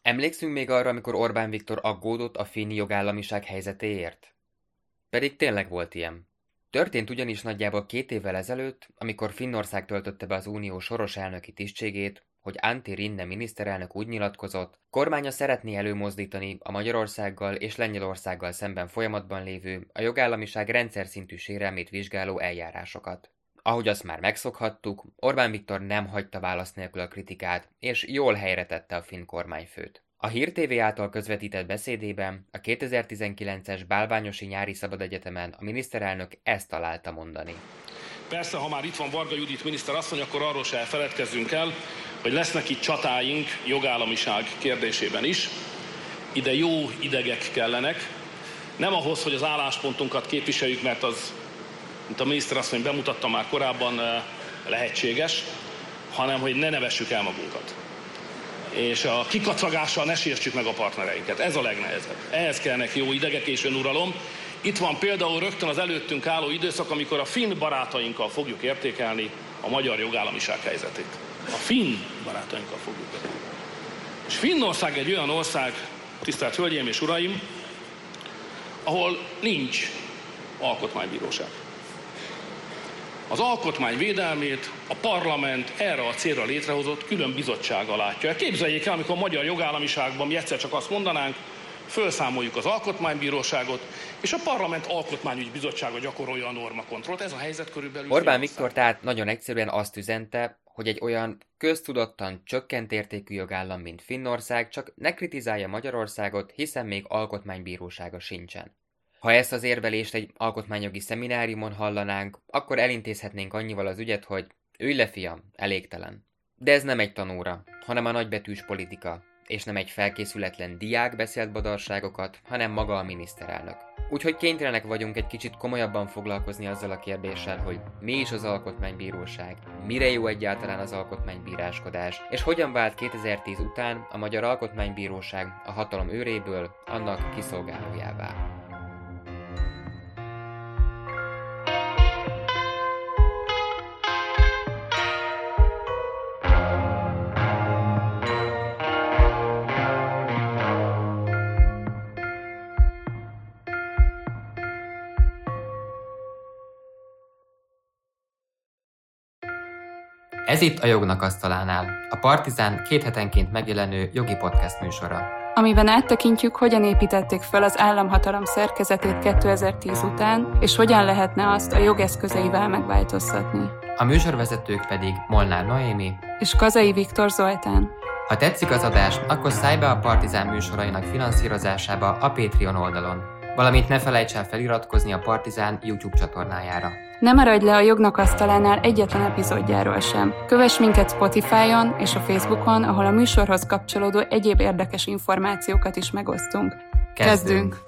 Emlékszünk még arra, amikor Orbán Viktor aggódott a finn jogállamiság helyzetéért? Pedig tényleg volt ilyen. Történt ugyanis nagyjából 2 évvel ezelőtt, amikor Finnország töltötte be az unió soros elnöki tisztségét, hogy Antti Rinne miniszterelnök úgy nyilatkozott, kormánya szeretné előmozdítani a Magyarországgal és Lengyelországgal szemben folyamatban lévő, a jogállamiság rendszer szintű sérelmét vizsgáló eljárásokat. Ahogy azt már megszokhattuk, Orbán Viktor nem hagyta válasz nélkül a kritikát, és jól helyre tette a finn kormányfőt. A Hír TV által közvetített beszédében a 2019-es Bálványosi Nyári Szabadegyetemen a miniszterelnök ezt találta mondani. Persze, ha már itt van Varga Judit miniszter asszony, akkor arról se elfeledkezzünk el, hogy lesznek itt csatáink jogállamiság kérdésében is. Ide jó idegek kellenek. Nem ahhoz, hogy az álláspontunkat képviseljük, mert az, mint a miniszter asszony bemutatta már korábban, lehetséges, hanem hogy ne nevessük el magunkat. És a kikacagással ne sértsük meg a partnereinket. Ez a legnehezebb. Ehhez kellnek jó idegek és önuralom. Itt van például rögtön az előttünk álló időszak, amikor a finn barátainkkal fogjuk értékelni a magyar jogállamiság helyzetét. A finn barátainkkal fogjuk értékelni. És Finnország egy olyan ország, tisztelt Hölgyeim és Uraim, ahol nincs alkotmánybíróság. Az alkotmány védelmét a parlament erre a célra létrehozott külön bizottsága látja. Képzeljék el, amikor a magyar jogállamiságban mi egyszer csak azt mondanánk, felszámoljuk az alkotmánybíróságot, és a parlament alkotmányügyi bizottsága gyakorolja a normakontrollt. Ez a helyzet körülbelül... Orbán Viktor tehát nagyon egyszerűen azt üzente, hogy egy olyan köztudottan csökkent értékű jogállam, mint Finnország, csak ne kritizálja Magyarországot, hiszen még alkotmánybírósága sincsen. Ha ezt az érvelést egy alkotmányjogi szemináriumon hallanánk, akkor elintézhetnénk annyival az ügyet, hogy ülj le, fiam, elégtelen. De ez nem egy tanóra, hanem a nagybetűs politika, és nem egy felkészületlen diák beszélt badarságokat, hanem maga a miniszterelnök. Úgyhogy kénytelenek vagyunk egy kicsit komolyabban foglalkozni azzal a kérdéssel, hogy mi is az alkotmánybíróság, mire jó egyáltalán az alkotmánybíráskodás, és hogyan vált 2010 után a Magyar Alkotmánybíróság a hatalom őréből annak kiszolgálójává. Ez itt a Jognak asztalánál, a Partizán 2 hetenként megjelenő jogi podcast műsora. Amiben áttekintjük, hogyan építették fel az államhatalom szerkezetét 2010 után, és hogyan lehetne azt a jogeszközeivel megváltoztatni. A műsorvezetők pedig Molnár Noémi és Kazai Viktor Zoltán. Ha tetszik az adás, akkor szállj be a Partizán műsorainak finanszírozásába a Patreon oldalon, valamint ne felejts el feliratkozni a Partizán YouTube csatornájára. Ne maradj le a Jognak asztalánál egyetlen epizódjáról sem. Kövess minket Spotify-on és a Facebookon, ahol a műsorhoz kapcsolódó egyéb érdekes információkat is megosztunk. Kezdünk!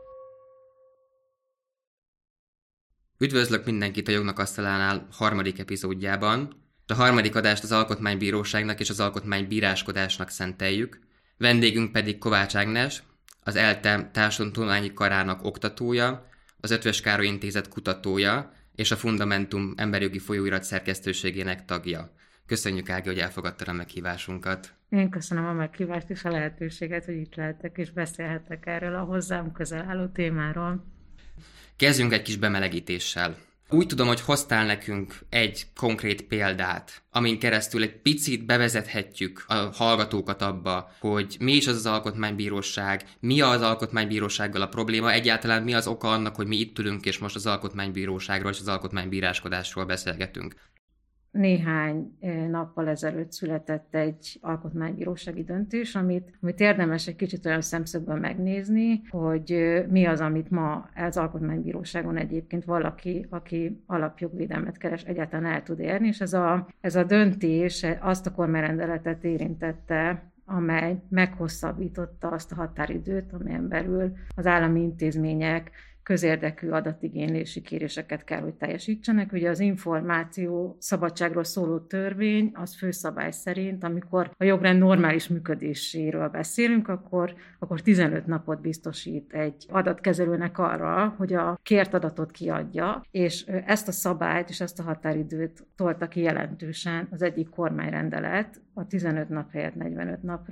Üdvözlök mindenkit a Jognak asztalánál 3. epizódjában. A 3. adást az Alkotmánybíróságnak és az alkotmánybíráskodásnak szenteljük. Vendégünk pedig Kovács Ágnes, az ELTE Társadalomtudományi Karának oktatója, az Eötvös Károly Intézet kutatója, és a Fundamentum emberjogi folyóirat szerkesztőségének tagja. Köszönjük, Ági, hogy elfogadtad a meghívásunkat. Én köszönöm a meghívást és a lehetőséget, hogy itt lehetek és beszélhetek erről a hozzám közel álló témáról. Kezdjünk egy kis bemelegítéssel. Úgy tudom, hogy hoztál nekünk egy konkrét példát, amin keresztül egy picit bevezethetjük a hallgatókat abba, hogy mi is az az alkotmánybíróság, mi az alkotmánybírósággal a probléma, egyáltalán mi az oka annak, hogy mi itt ülünk és most az alkotmánybíróságról és az alkotmánybíráskodásról beszélgetünk. Néhány nappal ezelőtt született egy alkotmánybírósági döntés, amit érdemes egy kicsit olyan szemszögből megnézni, hogy mi az, amit ma az alkotmánybíróságon egyébként valaki, aki alapjogvédelmet keres, egyáltalán el tud érni, és ez a döntés azt a kormányrendeletet érintette, amely meghosszabbította azt a határidőt, amelyen belül az állami intézmények közérdekű adatigénylési kéréseket kell, hogy teljesítsenek. Ugye az információ szabadságról szóló törvény az főszabály szerint, amikor a jogrend normális működéséről beszélünk, akkor 15 napot biztosít egy adatkezelőnek arra, hogy a kért adatot kiadja, és ezt a szabályt és ezt a határidőt tolta ki jelentősen az egyik kormányrendelet a 15 nap helyett 45 napra,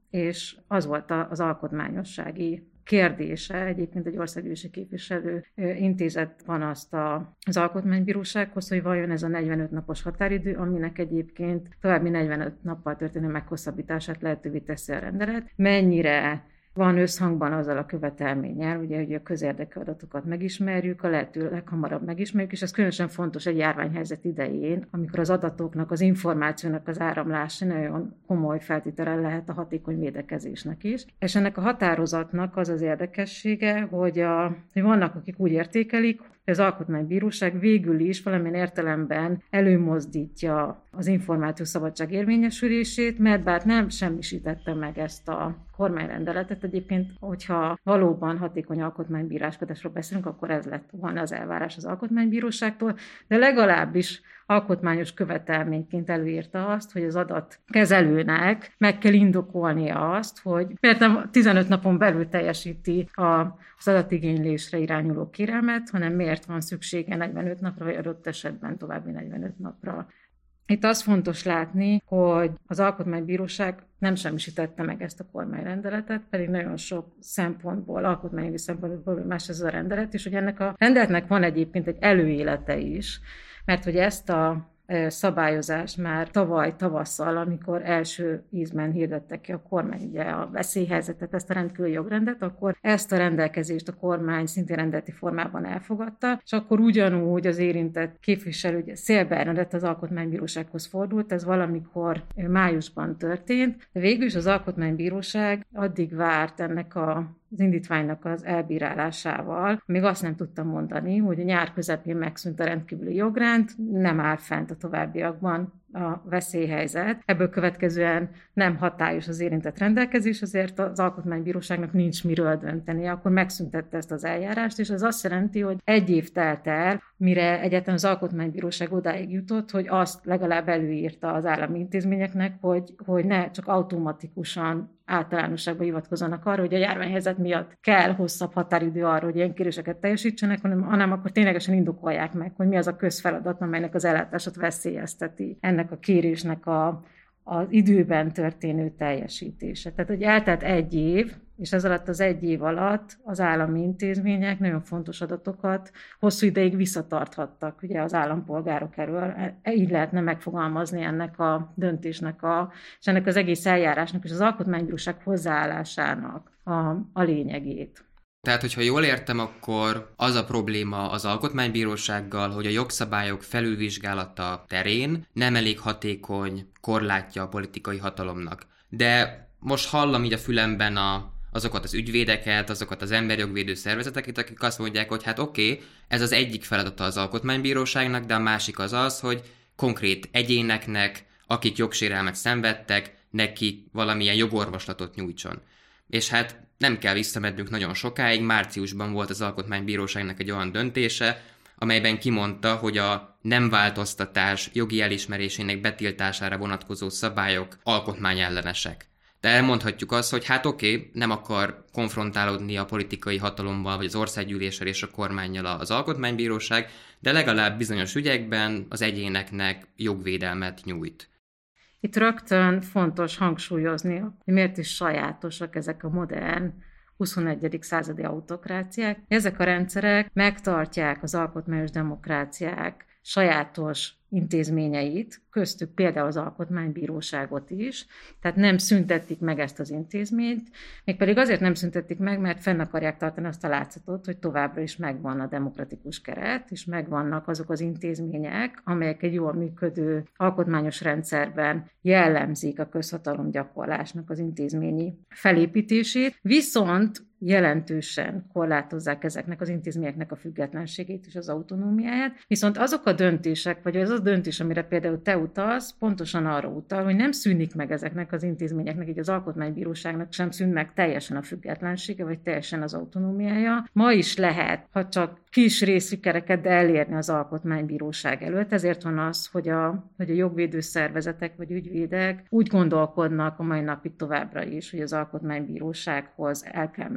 és az volt az alkotmányossági kérdése. Egyébként egy országgyűlési képviselő intézett panaszt az Alkotmánybírósághoz, hogy vajon ez a 45 napos határidő, aminek egyébként további 45 nappal történő meghosszabbítását lehetővé teszi a rendelet, mennyire van összhangban azzal a követelménnyel, ugye, hogy a közérdekű adatokat megismerjük, a lehető leghamarabb megismerjük, és ez különösen fontos egy járványhelyzet idején, amikor az adatoknak, az információnak az áramlása nagyon komoly feltétele lehet a hatékony védekezésnek is. És ennek a határozatnak az az érdekessége, hogy vannak, akik úgy értékelik, hogy az Alkotmánybíróság végül is valamilyen értelemben előmozdítja az információszabadság érvényesülését, mert bár nem semmisítette meg ezt a kormányrendeletet, egyébként, hogyha valóban hatékony alkotmánybíráskodásról beszélünk, akkor ez lett volna az elvárás az Alkotmánybíróságtól, de legalábbis alkotmányos követelményként előírta azt, hogy az adatkezelőnek meg kell indokolnia azt, hogy miért nem 15 napon belül teljesíti az adatigénylésre irányuló kérelmet, hanem miért van szüksége 45 napra, vagy adott esetben további 45 napra. Itt az fontos látni, hogy az Alkotmánybíróság nem semmisítette meg ezt a kormányrendeletet, pedig nagyon sok szempontból, alkotmányi szempontból más ez a rendelet, és hogy ennek a rendeletnek van egyébként egy előélete is, mert hogy ezt a szabályozást már tavaly tavasszal, amikor első ízben hirdette ki a kormány ugye a veszélyhelyzetet, ezt a rendkívüli jogrendet, akkor ezt a rendelkezést a kormány szintén rendeleti formában elfogadta, és akkor ugyanúgy az érintett képviselő, ugye Széll Bernadett az Alkotmánybírósághoz fordult, ez valamikor májusban történt, de végül is az Alkotmánybíróság addig várt ennek az indítványnak az elbírálásával, még azt nem tudtam mondani, hogy a nyár közepén megszűnt a rendkívüli jogrend, nem áll fent a továbbiakban a veszélyhelyzet. Ebből következően nem hatályos az érintett rendelkezés, azért az Alkotmánybíróságnak nincs miről dönteni, akkor megszüntette ezt az eljárást, és ez azt jelenti, hogy egy év telt el, mire egyáltalán az Alkotmánybíróság odáig jutott, hogy azt legalább előírta az állami intézményeknek, hogy ne csak automatikusan általánosságban hivatkozzanak arra, hogy a járványhelyzet miatt kell hosszabb határidő arra, hogy ilyen kéréseket teljesítsenek, hanem akkor ténylegesen indokolják meg, hogy mi az a közfeladat, amelynek az ellátását veszélyezteti ennek a kérésnek az időben történő teljesítése. Tehát, hogy eltelt egy év, és ez alatt az egy év alatt az állami intézmények nagyon fontos adatokat hosszú ideig visszatarthattak ugye az állampolgárok erről. Így lehetne megfogalmazni ennek a döntésnek és ennek az egész eljárásnak és az Alkotmánybíróság hozzáállásának a lényegét. Tehát, hogyha jól értem, akkor az a probléma az Alkotmánybírósággal, hogy a jogszabályok felülvizsgálata terén nem elég hatékony korlátja a politikai hatalomnak. De most hallom így a fülemben azokat az ügyvédeket, azokat az emberjogvédő szervezeteket, akik azt mondják, hogy hát oké, ez az egyik feladata az Alkotmánybíróságnak, de a másik az, hogy konkrét egyéneknek, akik jogsérelmet szenvedtek, neki valamilyen jogorvoslatot nyújtson. És hát nem kell visszamennünk nagyon sokáig, márciusban volt az Alkotmánybíróságnak egy olyan döntése, amelyben kimondta, hogy a nem változtatás jogi elismerésének betiltására vonatkozó szabályok alkotmányellenesek. De elmondhatjuk azt, hogy hát oké, nem akar konfrontálódni a politikai hatalommal, vagy az országgyűléssel és a kormánnyal az Alkotmánybíróság, de legalább bizonyos ügyekben az egyéneknek jogvédelmet nyújt. Itt rögtön fontos hangsúlyozni, hogy miért is sajátosak ezek a modern 21. századi autokráciák. Ezek a rendszerek megtartják az alkotmányos demokráciák sajátos intézményeit, köztük például az Alkotmánybíróságot is, tehát nem szüntetik meg ezt az intézményt, mégpedig azért nem szüntetik meg, mert fenn akarják tartani azt a látszatot, hogy továbbra is megvan a demokratikus keret, és megvannak azok az intézmények, amelyek egy jól működő alkotmányos rendszerben jellemzik a közhatalom gyakorlásnak az intézményi felépítését, viszont jelentősen korlátozzák ezeknek az intézményeknek a függetlenségét és az autonómiáját, viszont azok a döntések, vagy az a döntés, amire például te utalsz, pontosan arra utal, hogy nem szűnik meg ezeknek az intézményeknek, így az Alkotmánybíróságnak sem szűnik meg teljesen a függetlensége, vagy teljesen az autonómiája. Ma is lehet, ha csak kis részsikereket elérni az Alkotmánybíróság előtt, ezért van az, hogy a jogvédő szervezetek vagy ügyvédek úgy gondolkodnak a mai napig továbbra is, hogy az Alkotmánybírósághoz el kell menni,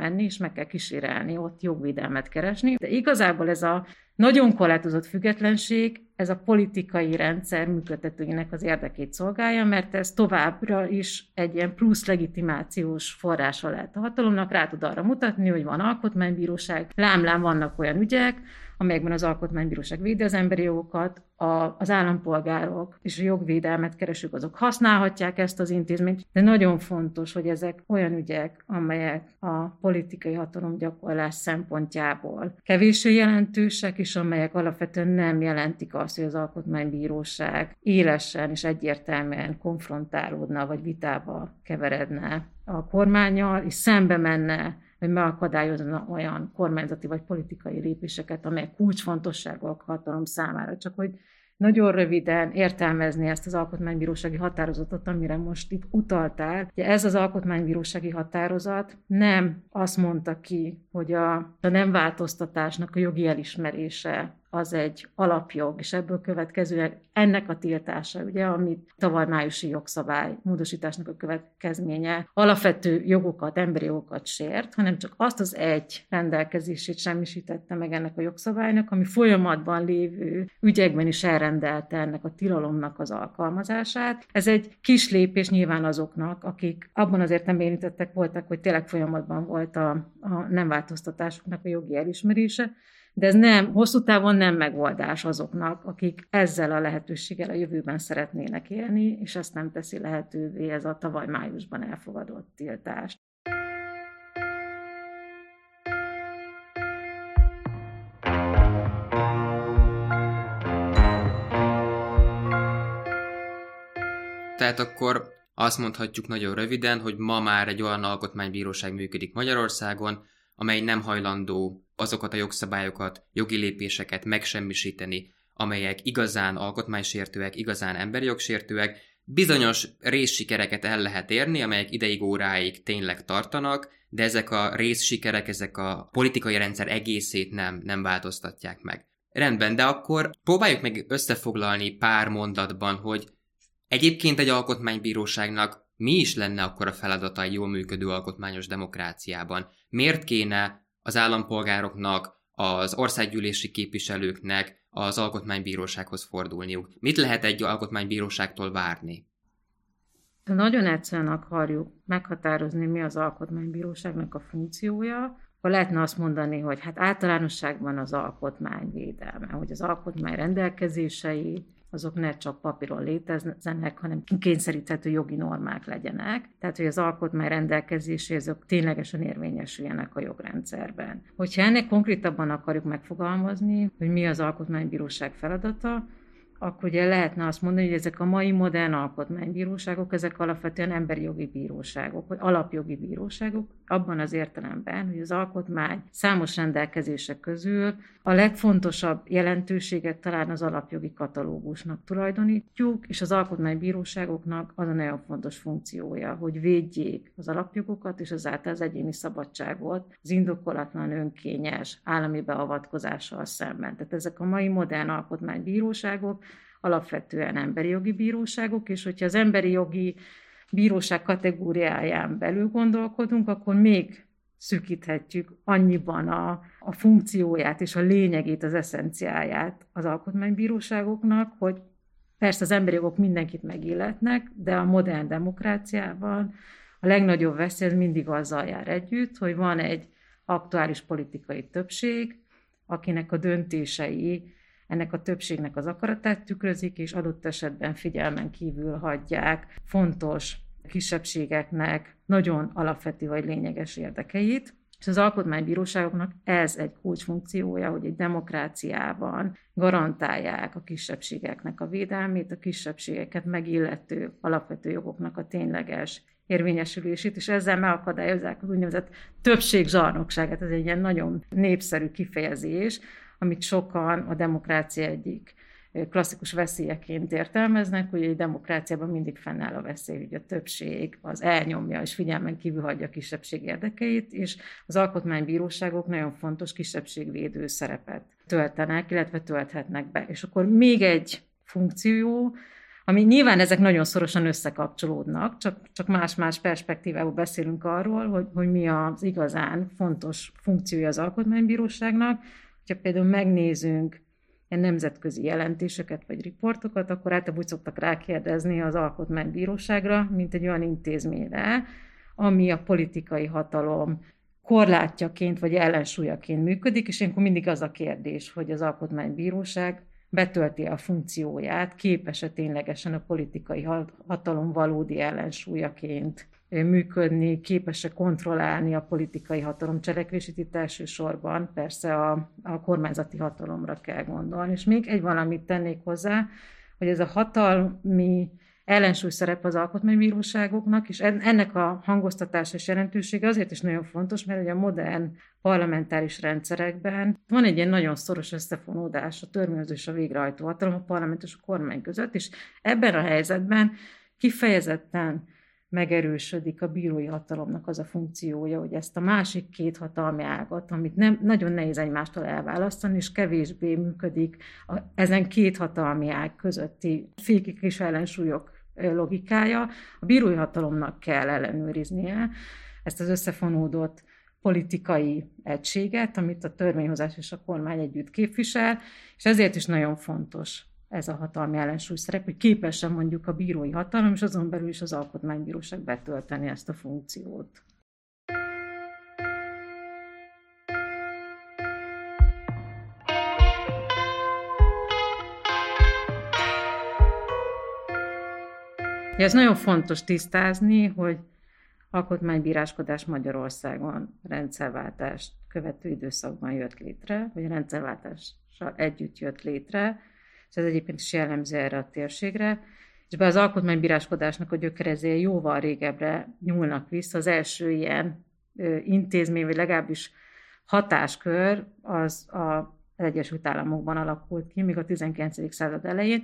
menni, és meg kell kísérelni, ott jogvédelmet keresni. De igazából ez a nagyon korlátozott függetlenség, ez a politikai rendszer működtetőinek az érdekét szolgálja, mert ez továbbra is egy ilyen plusz legitimációs forrása lehet a hatalomnak, rá tud arra mutatni, hogy van alkotmánybíróság, lám vannak olyan ügyek, amelyekben az alkotmánybíróság védi az emberi jogokat, az állampolgárok és a jogvédelmet keresők, azok használhatják ezt az intézményt, de nagyon fontos, hogy ezek olyan ügyek, amelyek a politikai hatalomgyakorlás szempontjából kevéssé jelentősek, és amelyek alapvetően nem jelentik azt, hogy az alkotmánybíróság élesen és egyértelműen konfrontálódna, vagy vitába keveredne a kormánnyal, és szembe menne, hogy megakadályozna olyan kormányzati vagy politikai lépéseket, amelyek kulcsfontosságúak a hatalom számára. Csak hogy nagyon röviden értelmezni ezt az alkotmánybírósági határozatot, amire most itt utaltál. Ugye ez az alkotmánybírósági határozat nem azt mondta ki, hogy a nem változtatásnak a jogi elismerése az egy alapjog, és ebből következően ennek a tiltása, ugye, amit tavaly májusi jogszabály módosításnak a következménye alapvető jogokat, emberi jogokat sért, hanem csak azt az egy rendelkezését semmisítette meg ennek a jogszabálynak, ami folyamatban lévő ügyekben is elrendelte ennek a tilalomnak az alkalmazását. Ez egy kis lépés nyilván azoknak, akik abban az értelemben érintettek voltak, hogy tényleg folyamatban volt a nem változtatásoknak a jogi elismerése, de ez nem, hosszú távon nem megoldás azoknak, akik ezzel a lehetőséggel a jövőben szeretnének élni, és ezt nem teszi lehetővé ez a tavaly májusban elfogadott tiltás. Tehát akkor azt mondhatjuk nagyon röviden, hogy ma már egy olyan alkotmánybíróság működik Magyarországon, amely nem hajlandó azokat a jogszabályokat, jogi lépéseket megsemmisíteni, amelyek igazán alkotmánysértőek, igazán emberi jogsértőek. Bizonyos részsikereket el lehet érni, amelyek ideig óráig tényleg tartanak, de ezek a részsikerek, ezek a politikai rendszer egészét nem változtatják meg. Rendben, de akkor próbáljuk meg összefoglalni pár mondatban, hogy egyébként egy alkotmánybíróságnak mi is lenne akkor a feladata egy jól működő alkotmányos demokráciában? Miért kéne az állampolgároknak, az országgyűlési képviselőknek az alkotmánybírósághoz fordulniuk? Mit lehet egy alkotmánybíróságtól várni? Nagyon egyszerűen akarjuk meghatározni, mi az alkotmánybíróságnak a funkciója, akkor lehetne azt mondani, hogy hát általánosságban az alkotmány védelme, hogy az alkotmány rendelkezései, azok ne csak papíron létezzenek, hanem kényszeríthető jogi normák legyenek. Tehát, hogy az alkotmány rendelkezései azok ténylegesen érvényesüljenek a jogrendszerben. Hogyha ennek konkrétabban akarjuk megfogalmazni, hogy mi az alkotmánybíróság feladata, akkor ugye lehetne azt mondani, hogy ezek a mai modern alkotmánybíróságok, ezek alapvetően emberi jogi bíróságok, vagy alapjogi bíróságok, abban az értelemben, hogy az alkotmány számos rendelkezések közül a legfontosabb jelentőséget talán az alapjogi katalógusnak tulajdonítjuk, és az alkotmánybíróságoknak az a nagyon fontos funkciója, hogy védjék az alapjogokat, és azáltal az egyéni szabadságot az indokolatlan, önkényes állami beavatkozással szemben. Tehát ezek a mai modern alkotmánybíróságok alapvetően emberi jogi bíróságok, és hogyha az emberi jogi bíróság kategóriáján belül gondolkodunk, akkor még szűkíthetjük annyiban a funkcióját és a lényegét, az eszenciáját az alkotmánybíróságoknak, hogy persze az emberi jogok mindenkit megilletnek, de a modern demokráciában a legnagyobb veszély az mindig azzal jár együtt, hogy van egy aktuális politikai többség, akinek a döntései ennek a többségnek az akaratát tükrözik, és adott esetben figyelmen kívül hagyják fontos kisebbségeknek nagyon alapvető vagy lényeges érdekeit. És az alkotmánybíróságoknak ez egy kulcsfunkciója, hogy egy demokráciában garantálják a kisebbségeknek a védelmét, a kisebbségeket megillető alapvető jogoknak a tényleges érvényesülését, és ezzel megakadályozzák az úgynevezett többségzsarnokságát. Ez egy ilyen nagyon népszerű kifejezés, amit sokan a demokrácia egyik klasszikus veszélyeként értelmeznek, hogy egy demokráciában mindig fennáll a veszély, hogy a többség az elnyomja és figyelmen kívül hagyja a kisebbség érdekeit, és az alkotmánybíróságok nagyon fontos kisebbségvédő szerepet töltenek, illetve tölthetnek be. És akkor még egy funkció, ami nyilván ezek nagyon szorosan összekapcsolódnak, csak más-más perspektívából beszélünk arról, hogy mi az igazán fontos funkciója az Alkotmánybíróságnak. Ha például megnézünk ilyen nemzetközi jelentéseket vagy riportokat, akkor általában úgy szoktak rákérdezni az Alkotmánybíróságra, mint egy olyan intézményre, ami a politikai hatalom korlátjaként vagy ellensúlyaként működik, és ilyenkor mindig az a kérdés, hogy az Alkotmánybíróság betölti a funkcióját, képes-e ténylegesen a politikai hatalom valódi ellensúlyaként működni, képes-e kontrollálni a politikai hatalom cselekvését, itt elsősorban persze a kormányzati hatalomra kell gondolni. És még egy valamit tennék hozzá, hogy ez a hatalmi ellensúly szerep az alkotmánybíróságoknak, és ennek a hangoztatása és jelentősége azért is nagyon fontos, mert ugye a modern parlamentáris rendszerekben van egy ilyen nagyon szoros összefonódás a törvényhozó és a végrehajtó hatalom, a parlament és a kormány között, és ebben a helyzetben kifejezetten megerősödik a bírói hatalomnak az a funkciója, hogy ezt a másik két hatalmi ágat, amit nagyon nehéz egymástól elválasztani, és kevésbé működik ezen két hatalmi ág közötti fékek és ellensúlyok logikája, a bírói hatalomnak kell ellenőriznie ezt az összefonódott politikai egységet, amit a törvényhozás és a kormány együtt képvisel, és ezért is nagyon fontos ez a hatalmi ellensúly szerep, hogy képes-e mondjuk a bírói hatalom, és azon belül is az Alkotmánybíróság betölteni ezt a funkciót. Ez nagyon fontos tisztázni, hogy alkotmánybíráskodás Magyarországon rendszerváltást követő időszakban jött létre, vagy a rendszerváltással együtt jött létre, és ez egyébként is jellemző erre a térségre, és be az alkotmánybíráskodásnak a gyökerezéje jóval régebbre nyúlnak vissza. Az első ilyen intézmény, vagy legalábbis hatáskör az az Egyesült Államokban alakult ki, még a 19. század elején.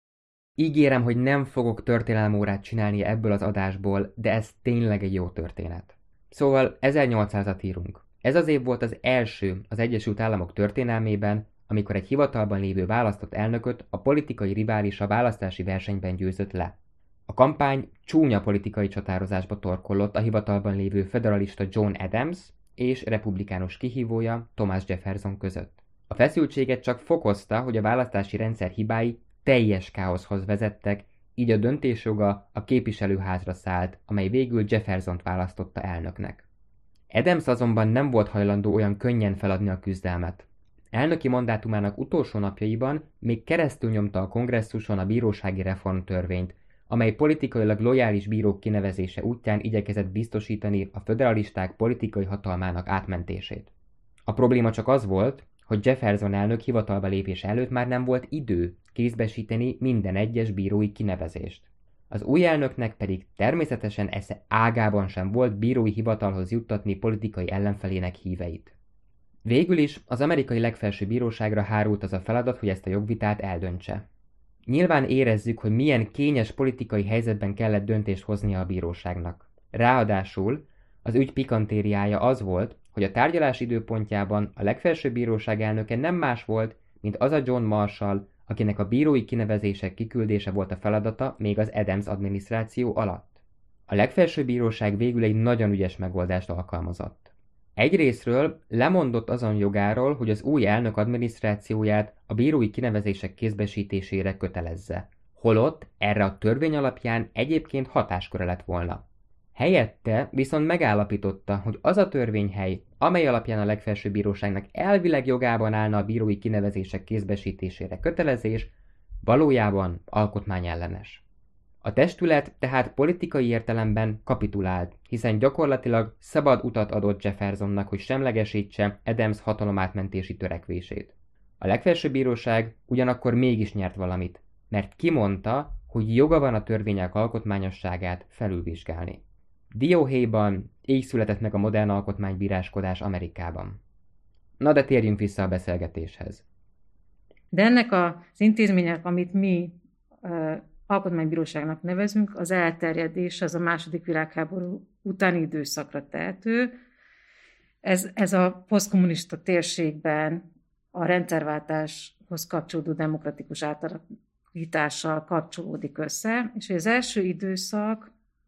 Ígérem, hogy nem fogok történelmórát csinálni ebből az adásból, de ez tényleg egy jó történet. Szóval 1800-at írunk. Ez az év volt az első az Egyesült Államok történelmében, amikor egy hivatalban lévő választott elnököt a politikai rivális a választási versenyben győzött le. A kampány csúnya politikai csatározásba torkollott a hivatalban lévő federalista John Adams és republikánus kihívója Thomas Jefferson között. A feszültséget csak fokozta, hogy a választási rendszer hibái teljes káoszhoz vezettek, így a döntésjoga a képviselőházra szállt, amely végül Jeffersont választotta elnöknek. Adams azonban nem volt hajlandó olyan könnyen feladni a küzdelmet. Elnöki mandátumának utolsó napjaiban még keresztül nyomta a kongresszuson a bírósági reformtörvényt, amely politikailag lojális bírók kinevezése útján igyekezett biztosítani a föderalisták politikai hatalmának átmentését. A probléma csak az volt, hogy Jefferson elnök hivatalba lépése előtt már nem volt idő kézbesíteni minden egyes bírói kinevezést. Az új elnöknek pedig természetesen esze ágában sem volt bírói hivatalhoz juttatni politikai ellenfelének híveit. Végül is az amerikai legfelsőbb bíróságra hárult az a feladat, hogy ezt a jogvitát eldöntse. Nyilván érezzük, hogy milyen kényes politikai helyzetben kellett döntést hoznia a bíróságnak. Ráadásul az ügy pikantériája az volt, hogy a tárgyalás időpontjában a legfelsőbb bíróság elnöke nem más volt, mint az a John Marshall, akinek a bírói kinevezések kiküldése volt a feladata még az Adams adminisztráció alatt. A legfelsőbb bíróság végül egy nagyon ügyes megoldást alkalmazott. Egyrészről lemondott azon jogáról, hogy az új elnök adminisztrációját a bírói kinevezések kézbesítésére kötelezze, holott erre a törvény alapján egyébként hatásköre lett volna. Helyette viszont megállapította, hogy az a törvényhely, amely alapján a legfelsőbb bíróságnak elvileg jogában állna a bírói kinevezések kézbesítésére kötelezés, valójában alkotmányellenes. A testület tehát politikai értelemben kapitulált, hiszen gyakorlatilag szabad utat adott Jeffersonnak, hogy semlegesítse Adams hatalomátmentési törekvését. A legfelsőbb bíróság ugyanakkor mégis nyert valamit, mert kimondta, hogy joga van a törvények alkotmányosságát felülvizsgálni. Dióhéjban így született meg a modern alkotmánybíráskodás Amerikában. Na de térjünk vissza a beszélgetéshez. De ennek az intézménynek, amit mi alkotmánybíróságnak nevezünk, az elterjedés az a II. Világháború utáni időszakra tehető. Ez a posztkommunista térségben a rendszerváltáshoz kapcsolódó demokratikus alapítással kapcsolódik össze, és az első időszak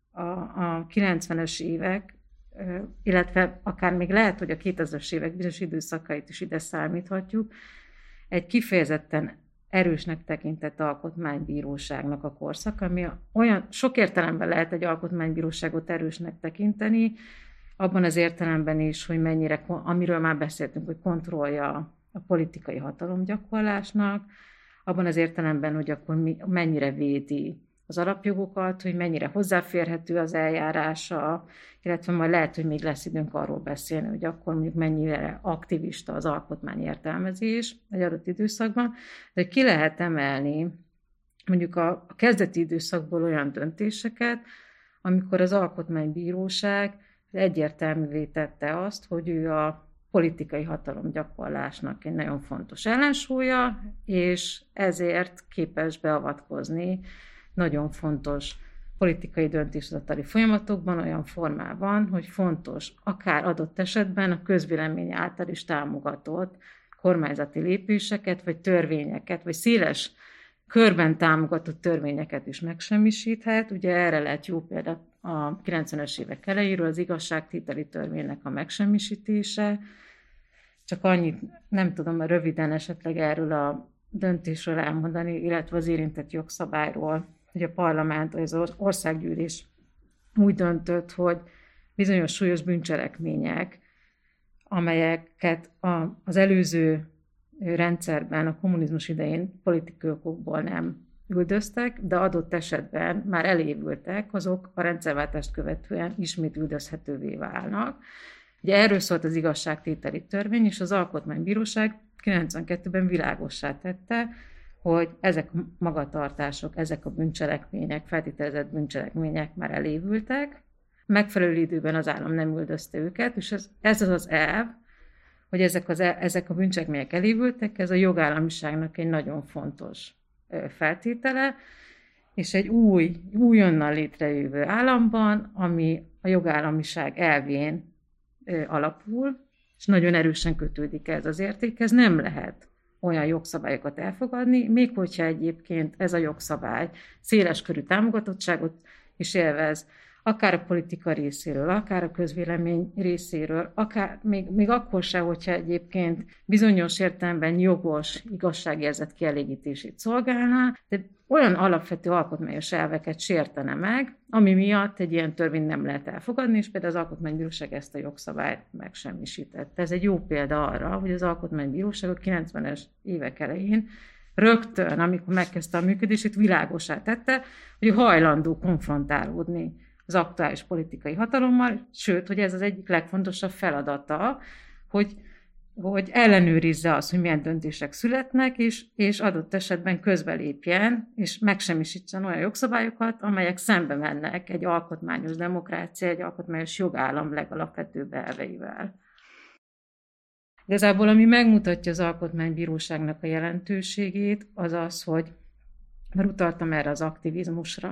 a 90-es évek, illetve akár még lehet, hogy a 2000-es évek bizonyos időszakait is ide számíthatjuk, egy kifejezetten erősnek tekintett alkotmánybíróságnak a korszak, ami olyan sok értelemben lehet egy alkotmánybíróságot erősnek tekinteni, abban az értelemben is, hogy mennyire, amiről már beszéltünk, hogy kontrollja a politikai hatalomgyakorlásnak, abban az értelemben, hogy akkor mennyire védi az alapjogokat, hogy mennyire hozzáférhető az eljárása, illetve majd lehet, hogy még lesz időnk arról beszélni, hogy akkor mondjuk mennyire aktivista az alkotmányértelmezés egy adott időszakban, de ki lehet emelni mondjuk a kezdeti időszakból olyan döntéseket, amikor az Alkotmánybíróság egyértelművé tette azt, hogy ő a politikai hatalomgyakorlásnak egy nagyon fontos ellensúlya, és ezért képes beavatkozni nagyon fontos politikai döntéshozatali folyamatokban olyan formában, hogy fontos, akár adott esetben a közvélemény által is támogatott kormányzati lépéseket, vagy törvényeket, vagy széles körben támogatott törvényeket is megsemmisíthet. Ugye erre lett jó példa a 90-es évek elejéről az igazságtételi törvénynek a megsemmisítése. Csak annyit nem tudom röviden esetleg erről a döntésről elmondani, illetve az érintett jogszabályról, hogy a parlament, vagy az országgyűlés úgy döntött, hogy bizonyos súlyos bűncselekmények, amelyeket az előző rendszerben, a kommunizmus idején politikai okokból nem üldöztek, de adott esetben már elévültek, azok a rendszerváltást követően ismét üldözhetővé válnak. Ugye erről szólt az igazságtételi törvény, és az Alkotmánybíróság 92-ben világossá tette, hogy ezek a magatartások, ezek a bűncselekmények, feltételezett bűncselekmények már elévültek, megfelelő időben az állam nem üldözte őket, és ez az elv, hogy ezek a bűncselekmények elévültek, ez a jogállamiságnak egy nagyon fontos feltétele, és egy újonnan létrejövő államban, ami a jogállamiság elvén alapul, és nagyon erősen kötődik ez az értékhez, nem lehet olyan jogszabályokat elfogadni, még hogyha egyébként ez a jogszabály széleskörű támogatottságot is élvez, akár a politika részéről, akár a közvélemény részéről, akár még akkor sem, hogyha egyébként bizonyos értelemben jogos igazságérzet kielégítését szolgálná, de olyan alapvető alkotmányos elveket sértene meg, ami miatt egy ilyen törvényt nem lehet elfogadni, és például az Alkotmánybíróság ezt a jogszabályt megsemmisítette. Ez egy jó példa arra, hogy az Alkotmánybíróság a 90-es évek elején rögtön, amikor megkezdte a működését, világossá tette, hogy hajlandó konfrontálódni az aktuális politikai hatalommal, sőt, hogy ez az egyik legfontosabb feladata, hogy ellenőrizze azt, hogy milyen döntések születnek, és adott esetben közbelépjen, és megsemmisítsen olyan jogszabályokat, amelyek szembe mennek egy alkotmányos demokrácia, egy alkotmányos jogállam legalapvetőbb elveivel. Igazából, ami megmutatja az Alkotmánybíróságnak a jelentőségét, az az, hogy már utaltam erre az aktivizmusra,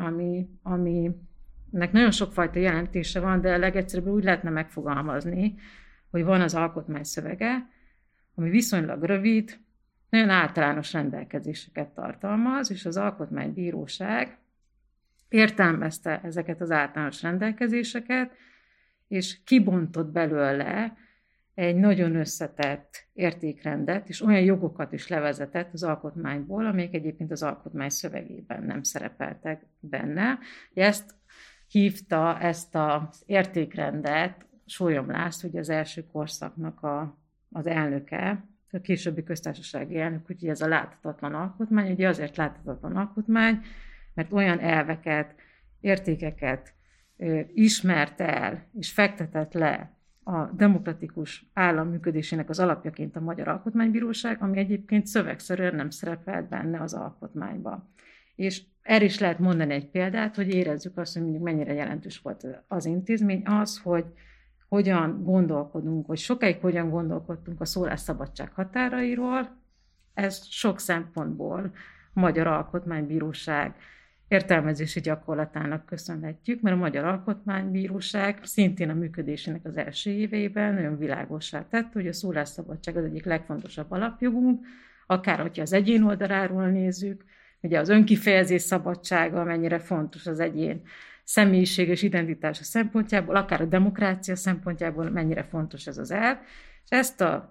aminek nagyon sokfajta jelentése van, de legegyszerűbben úgy lehetne megfogalmazni, hogy van az alkotmány szövege, ami viszonylag rövid, nagyon általános rendelkezéseket tartalmaz, és az Alkotmánybíróság értelmezte ezeket az általános rendelkezéseket, és kibontott belőle egy nagyon összetett értékrendet, és olyan jogokat is levezetett az alkotmányból, amelyek egyébként az alkotmány szövegében nem szerepeltek benne. Ezt hívta, ezt az értékrendet Sólyom László, ugye az első korszaknak az elnöke, a későbbi köztársasági elnök, úgyhogy ez a láthatatlan alkotmány. Ugye azért láthatatlan alkotmány, mert olyan elveket, értékeket ismert el és fektetett le a demokratikus állam működésének az alapjaként a Magyar Alkotmánybíróság, ami egyébként szövegszerűen nem szerepelt benne az alkotmányban. És erre is lehet mondani egy példát, hogy érezzük azt, hogy mondjuk mennyire jelentős volt az intézmény, az, hogy hogyan gondolkodunk, hogy sokáig hogyan gondolkodtunk a szólásszabadság határairól, ezt sok szempontból a Magyar Alkotmánybíróság értelmezési gyakorlatának köszönhetjük, mert a Magyar Alkotmánybíróság szintén a működésének az első éveiben nagyon világossá tette, hogy a szólásszabadság az egyik legfontosabb alapjogunk, akár hogyha az egyén oldaláról nézzük, ugye az önkifejezés szabadsága mennyire fontos az egyén személyiség és identitása szempontjából, akár a demokrácia szempontjából mennyire fontos ez az elv, és ezt a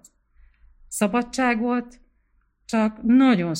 szabadságot csak nagyon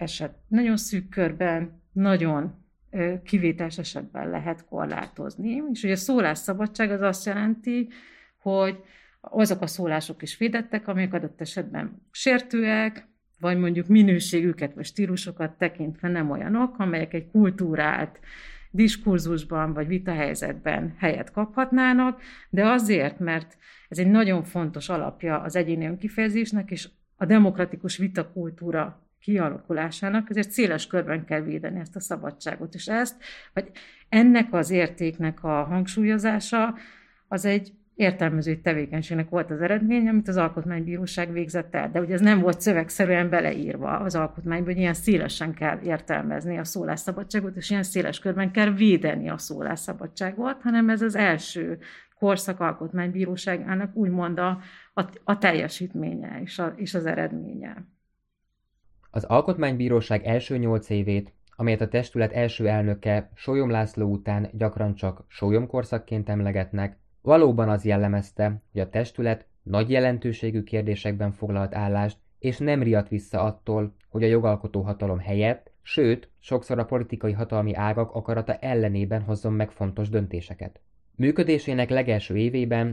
szűk körben, nagyon kivételes esetben lehet korlátozni. És ugye a szólásszabadság az azt jelenti, hogy azok a szólások is védettek, amelyek adott esetben sértőek, vagy mondjuk minőségüket vagy stílusokat tekintve nem olyanok, amelyek egy kultúrált diskurzusban vagy vitahelyzetben helyet kaphatnának, de azért, mert ez egy nagyon fontos alapja az egyéni önkifejezésnek és a demokratikus vitakultúra kialakulásának, ezért széles körben kell védeni ezt a szabadságot, és vagy ennek az értéknek a hangsúlyozása az egy értelmezői tevékenységnek volt az eredmény, amit az Alkotmánybíróság végzett el. De ugye ez nem volt szövegszerűen beleírva az alkotmányban, hogy ilyen szélesen kell értelmezni a szólásszabadságot, és ilyen széles körben kell védeni a szólásszabadságot, hanem ez az első korszak alkotmánybíróságának úgymond a teljesítménye és az eredménye. Az Alkotmánybíróság első 8 évét, amelyet a testület első elnöke Sólyom László után gyakran csak sólyomkorszakként emlegetnek, valóban az jellemezte, hogy a testület nagy jelentőségű kérdésekben foglalt állást, és nem riadt vissza attól, hogy a jogalkotó hatalom helyett, sőt, sokszor a politikai hatalmi ágak akarata ellenében hozzon meg fontos döntéseket. Működésének legelső évében,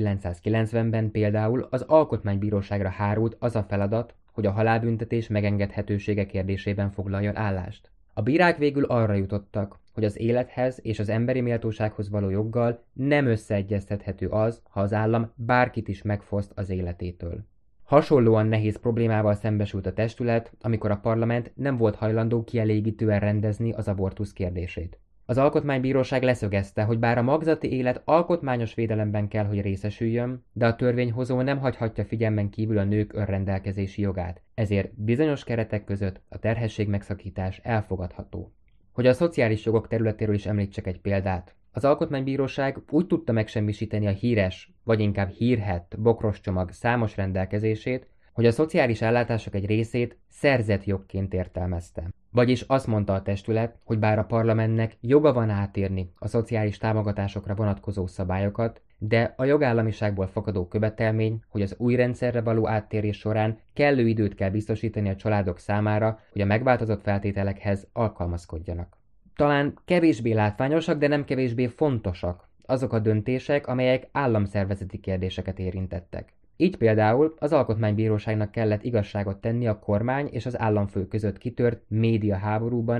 1990-ben például az Alkotmánybíróságra hárult az a feladat, hogy a halálbüntetés megengedhetősége kérdésében foglaljon állást. A bírák végül arra jutottak, hogy az élethez és az emberi méltósághoz való joggal nem összeegyeztethető az, ha az állam bárkit is megfoszt az életétől. Hasonlóan nehéz problémával szembesült a testület, amikor a parlament nem volt hajlandó kielégítően rendezni az abortusz kérdését. Az Alkotmánybíróság leszögezte, hogy bár a magzati élet alkotmányos védelemben kell, hogy részesüljön, de a törvényhozó nem hagyhatja figyelmen kívül a nők önrendelkezési jogát, ezért bizonyos keretek között a terhesség megszakítás elfogadható. Hogy a szociális jogok területéről is említsek egy példát. Az Alkotmánybíróság úgy tudta megsemmisíteni a híres, vagy inkább hírhett bokros csomag számos rendelkezését, hogy a szociális ellátások egy részét szerzett jogként értelmezte. Vagyis azt mondta a testület, hogy bár a parlamentnek joga van átírni a szociális támogatásokra vonatkozó szabályokat, de a jogállamiságból fakadó követelmény, hogy az új rendszerre való áttérés során kellő időt kell biztosítani a családok számára, hogy a megváltozott feltételekhez alkalmazkodjanak. Talán kevésbé látványosak, de nem kevésbé fontosak azok a döntések, amelyek államszervezeti kérdéseket érintettek. Így például az Alkotmánybíróságnak kellett igazságot tenni a kormány és az államfő között kitört médiaháborúban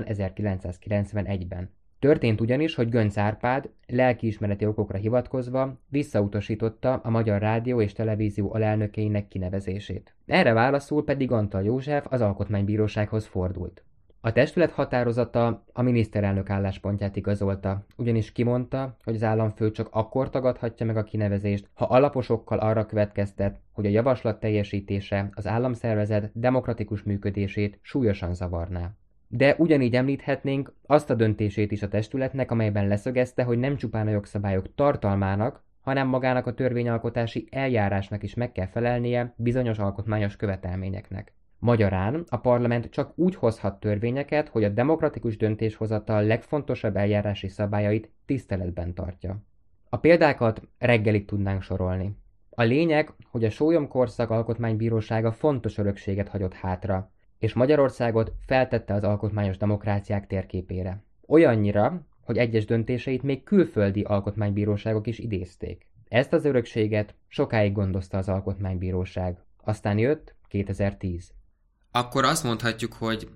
1991-ben. Történt ugyanis, hogy Göncz Árpád lelkiismereti okokra hivatkozva visszautasította a Magyar Rádió és Televízió alelnökeinek kinevezését. Erre válaszul pedig Antall József az Alkotmánybírósághoz fordult. A testület határozata a miniszterelnök álláspontját igazolta, ugyanis kimondta, hogy az államfő csak akkor tagadhatja meg a kinevezést, ha alapos okkal arra következtet, hogy a javaslat teljesítése az államszervezet demokratikus működését súlyosan zavarná. De ugyanígy említhetnénk azt a döntését is a testületnek, amelyben leszögezte, hogy nem csupán a jogszabályok tartalmának, hanem magának a törvényalkotási eljárásnak is meg kell felelnie bizonyos alkotmányos követelményeknek. Magyarán a parlament csak úgy hozhat törvényeket, hogy a demokratikus döntéshozatal legfontosabb eljárási szabályait tiszteletben tartja. A példákat reggelig tudnánk sorolni. A lényeg, hogy a sólyomkorszak alkotmánybírósága fontos örökséget hagyott hátra, és Magyarországot feltette az alkotmányos demokráciák térképére. Olyannyira, hogy egyes döntéseit még külföldi alkotmánybíróságok is idézték. Ezt az örökséget sokáig gondozta az Alkotmánybíróság. Aztán jött 2010. Akkor azt mondhatjuk, hogy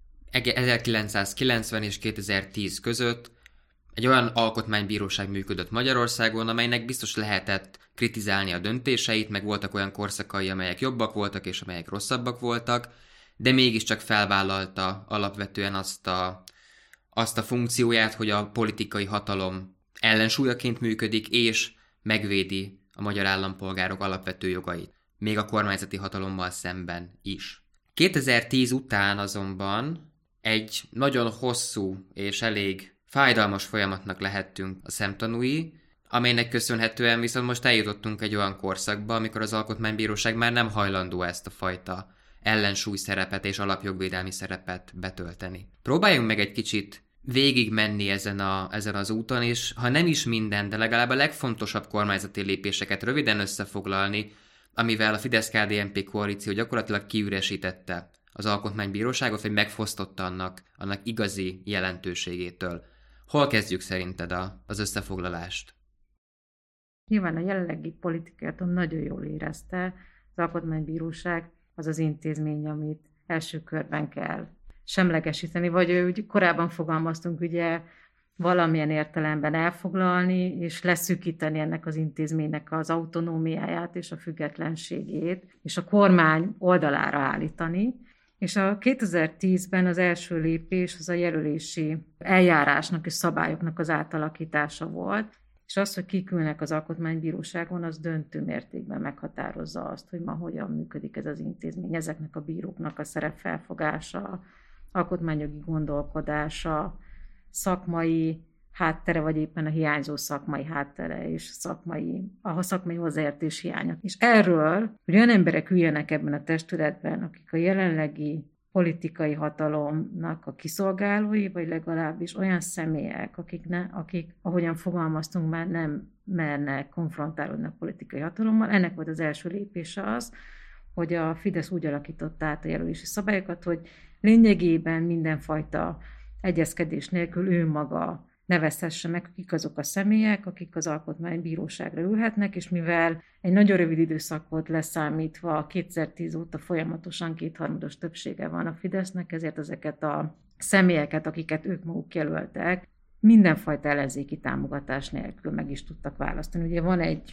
1990 és 2010 között egy olyan alkotmánybíróság működött Magyarországon, amelynek biztos lehetett kritizálni a döntéseit, meg voltak olyan korszakai, amelyek jobbak voltak és amelyek rosszabbak voltak, de mégiscsak felvállalta alapvetően azt a funkcióját, hogy a politikai hatalom ellensúlyaként működik, és megvédi a magyar állampolgárok alapvető jogait, még a kormányzati hatalommal szemben is. 2010 után azonban egy nagyon hosszú és elég fájdalmas folyamatnak lehettünk a szemtanúi, amelynek köszönhetően viszont most eljutottunk egy olyan korszakba, amikor az Alkotmánybíróság már nem hajlandó ezt a fajta ellensúly szerepet és alapjogvédelmi szerepet betölteni. Próbáljunk meg egy kicsit végig menni ezen az úton, és ha nem is minden, de legalább a legfontosabb kormányzati lépéseket röviden összefoglalni, amivel a Fidesz-KDNP koalíció gyakorlatilag kiüresítette az Alkotmánybíróságot, vagy megfosztotta annak igazi jelentőségétől. Hol kezdjük szerinted az összefoglalást? Nyilván a jelenlegi politikát nagyon jól érezte, az Alkotmánybíróság az az intézmény, amit első körben kell semlegesíteni, vagy úgy korábban fogalmaztunk, ugye valamilyen értelemben elfoglalni, és leszűkíteni ennek az intézménynek az autonómiáját és a függetlenségét, és a kormány oldalára állítani. És a 2010-ben az első lépés az a jelölési eljárásnak és szabályoknak az átalakítása volt, és az, hogy kik ülnek az Alkotmánybíróságon, az döntő mértékben meghatározza azt, hogy ma hogyan működik ez az intézmény, ezeknek a bíróknak a szerepfelfogása, alkotmányjogi gondolkodása, szakmai háttere, vagy éppen a hiányzó szakmai háttere és a szakmai hozzáértés hiánya. És erről, hogy olyan emberek üljenek ebben a testületben, akik a jelenlegi politikai hatalomnak a kiszolgálói, vagy legalábbis olyan személyek, akik ahogyan fogalmaztunk, már nem mernek konfrontálódni a politikai hatalommal. Ennek volt az első lépése az, hogy a Fidesz úgy alakította át a jelölési szabályokat, hogy lényegében mindenfajta egyezkedés nélkül ő maga nevezhesse meg, kik azok a személyek, akik az Alkotmánybíróságra ülhetnek, és mivel egy nagyon rövid időszak volt leszámítva, 2010 óta folyamatosan 2/3 többsége van a Fidesznek, ezért ezeket a személyeket, akiket ők maguk jelöltek, mindenfajta ellenzéki támogatás nélkül meg is tudtak választani. Ugye van egy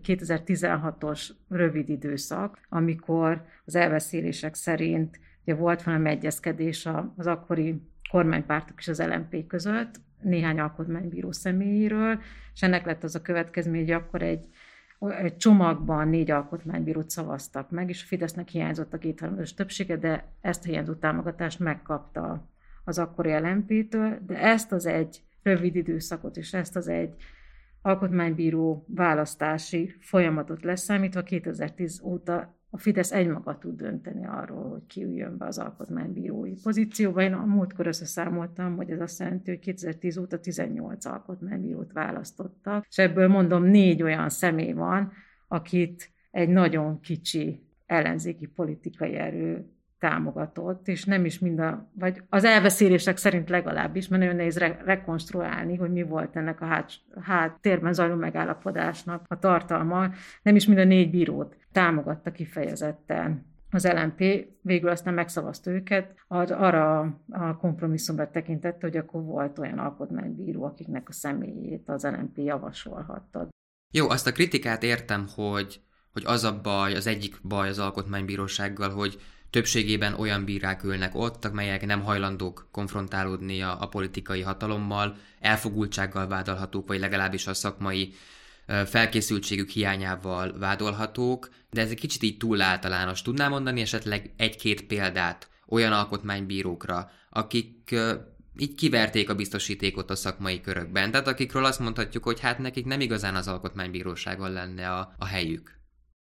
2016-os rövid időszak, amikor az elbeszélések szerint ugye volt valami egyezkedés az akkori kormánypártok és az LMP között, néhány alkotmánybíró személyéről, és ennek lett az a következmény, hogy akkor egy csomagban 4 alkotmánybírót szavaztak meg, és a Fidesznek hiányzott a 2/3 többsége, de ezt a hiányzó támogatást megkapta az akkori LMP-től, de ezt az egy rövid időszakot, és ezt az egy alkotmánybíró választási folyamatot leszámítva 2010 óta a Fidesz egymaga tud dönteni arról, hogy ki üljön be az alkotmánybírói pozícióba. Én a múltkor összeszámoltam, hogy ez azt jelenti, hogy 2010 óta 18 alkotmánybírót választottak, és ebből mondom 4 olyan személy van, akit egy nagyon kicsi ellenzéki politikai erő támogatott, és nem is vagy az elbeszélések szerint legalábbis, mert nagyon nehéz rekonstruálni, hogy mi volt ennek a háttérben zajló megállapodásnak a tartalma. Nem is mind a 4 bírót támogatta kifejezetten az LMP, végül aztán megszavazta őket, arra a kompromisszumra tekintette, hogy akkor volt olyan alkotmánybíró, akiknek a személyét az LMP javasolhatta. Jó, azt a kritikát értem, hogy az a baj, az egyik baj az Alkotmánybírósággal, hogy többségében olyan bírák ülnek ott, amelyek nem hajlandók konfrontálódni a politikai hatalommal, elfogultsággal vádolhatók, vagy legalábbis a szakmai felkészültségük hiányával vádolhatók, de ez egy kicsit így túl általános. Tudnál mondani esetleg 1-2 példát olyan alkotmánybírókra, akik így kiverték a biztosítékot a szakmai körökben, tehát akikről azt mondhatjuk, hogy hát nekik nem igazán az Alkotmánybíróságon lenne a helyük?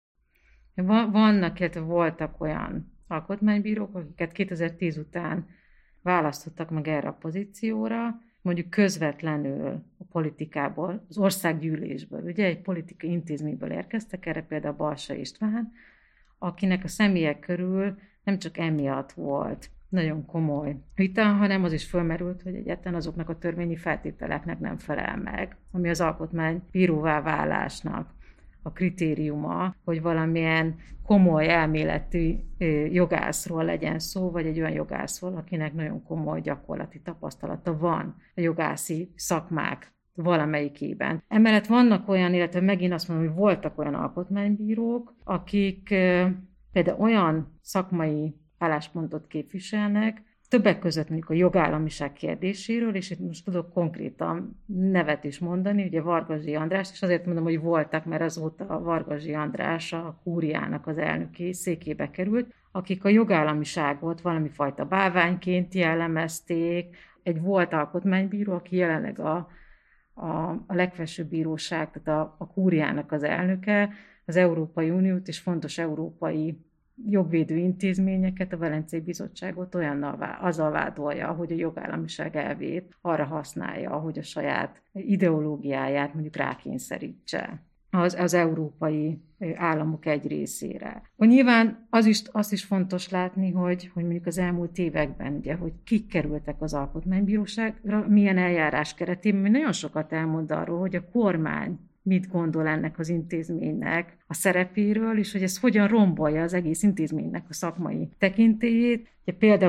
Vannak, illetve voltak olyan alkotmánybírók, akiket 2010 után választottak meg erre a pozícióra, mondjuk közvetlenül a politikából, az országgyűlésből, ugye egy politikai intézményből érkeztek, erre például Balsa István, akinek a személyek körül nem csak emiatt volt nagyon komoly vita, hanem az is fölmerült, hogy egyáltalán azoknak a törvényi feltételeknek nem felel meg, ami az alkotmánybíróvá válásnak a kritériuma, hogy valamilyen komoly elméleti jogászról legyen szó, vagy egy olyan jogászról, akinek nagyon komoly gyakorlati tapasztalata van a jogászi szakmák valamelyikében. Emellett vannak olyan, illetve megint azt mondom, hogy voltak olyan alkotmánybírók, akik például olyan szakmai álláspontot képviselnek, többek között mondjuk a jogállamiság kérdéséről, és itt most tudok konkrétan nevet is mondani, ugye Varga-Zsi András, és azért mondom, hogy voltak, mert azóta a Varga-Zsi András a kúriának az elnöki székébe került, akik a jogállamiságot valami fajta bálványként jellemezték. Egy volt alkotmánybíró, aki jelenleg a legfelsőbb bíróság, tehát a kúriának az elnöke, az Európai Uniót és fontos európai jogvédő intézményeket, a Velencei Bizottságot azzal vádolja, hogy a jogállamiság elvét arra használja, hogy a saját ideológiáját mondjuk rákényszerítse az európai államok egy részére. Nyilván azt is fontos látni, hogy mondjuk az elmúlt években, ugye, hogy kik kerültek az Alkotmánybíróságra, milyen eljárás keretében, mi nagyon sokat elmond arról, hogy a kormány mit gondol ennek az intézménynek a szerepéről, és hogy ez hogyan rombolja az egész intézménynek a szakmai tekintélyét. Ugye például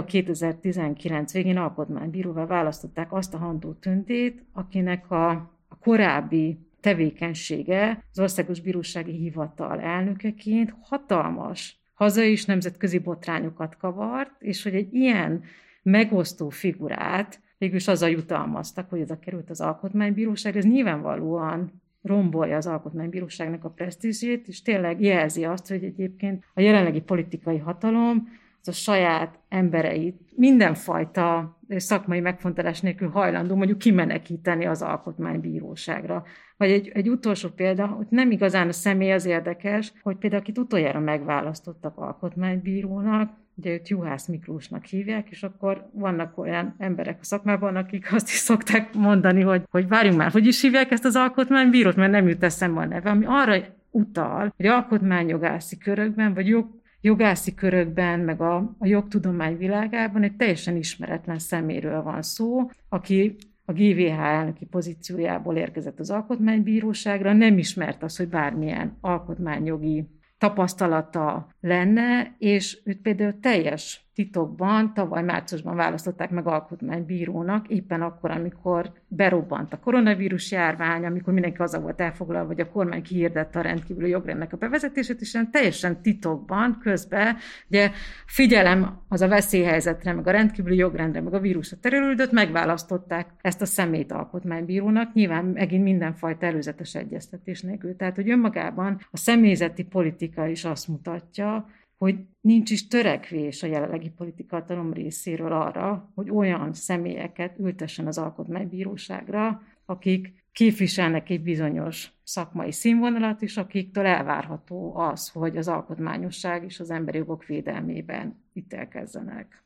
2019 végén alkotmánybíróvá választották azt a Handó Tündét, akinek a korábbi tevékenysége az Országos Bírósági Hivatal elnökeként hatalmas hazai és nemzetközi botrányokat kavart, és hogy egy ilyen megosztó figurát végülis azzal jutalmaztak, hogy oda került az Alkotmánybíróság. Ez nyilvánvalóan rombolja az Alkotmánybíróságnak a presztízsét, és tényleg jelzi azt, hogy egyébként a jelenlegi politikai hatalom az a saját embereit mindenfajta szakmai megfontolás nélkül hajlandó mondjuk kimenekíteni az Alkotmánybíróságra. Vagy egy utolsó példa, hogy nem igazán a személy az érdekes, hogy például akit utoljára megválasztottak alkotmánybírónak, ugye őt Juhász Miklósnak hívják, és akkor vannak olyan emberek a szakmában, akik azt is szokták mondani, hogy várjunk már, hogy is hívják ezt az alkotmánybírót, mert nem jut eszembe a neve, ami arra utal, hogy alkotmányjogászi körökben, vagy jogászi körökben, meg a jogtudomány világában egy teljesen ismeretlen szeméről van szó, aki a GVH elnöki pozíciójából érkezett az Alkotmánybíróságra, nem ismert az, hogy bármilyen alkotmányjogi tapasztalata lenne, és őt például teljes titokban tavaly márciusban választották meg alkotmánybírónak, éppen akkor, amikor berobbant a koronavírus járvány, amikor mindenki azzal volt elfoglalva, hogy a kormány kihirdette a rendkívüli jogrendnek a bevezetését, és teljesen titokban közben, ugye figyelem az a veszélyhelyzetre, meg a rendkívüli jogrendre, meg a vírusra terülődött, megválasztották ezt a személyt alkotmánybírónak, nyilván megint mindenfajta előzetes egyeztetés nélkül. Tehát, hogy önmagában a személyzeti politika is azt mutatja, hogy nincs is törekvés a jelenlegi politikahatalom részéről arra, hogy olyan személyeket ültessen az Alkotmánybíróságra, akik képviselnek egy bizonyos szakmai színvonalat, és akiktől elvárható az, hogy az alkotmányosság és az emberi jogok védelmében ítélkezzenek.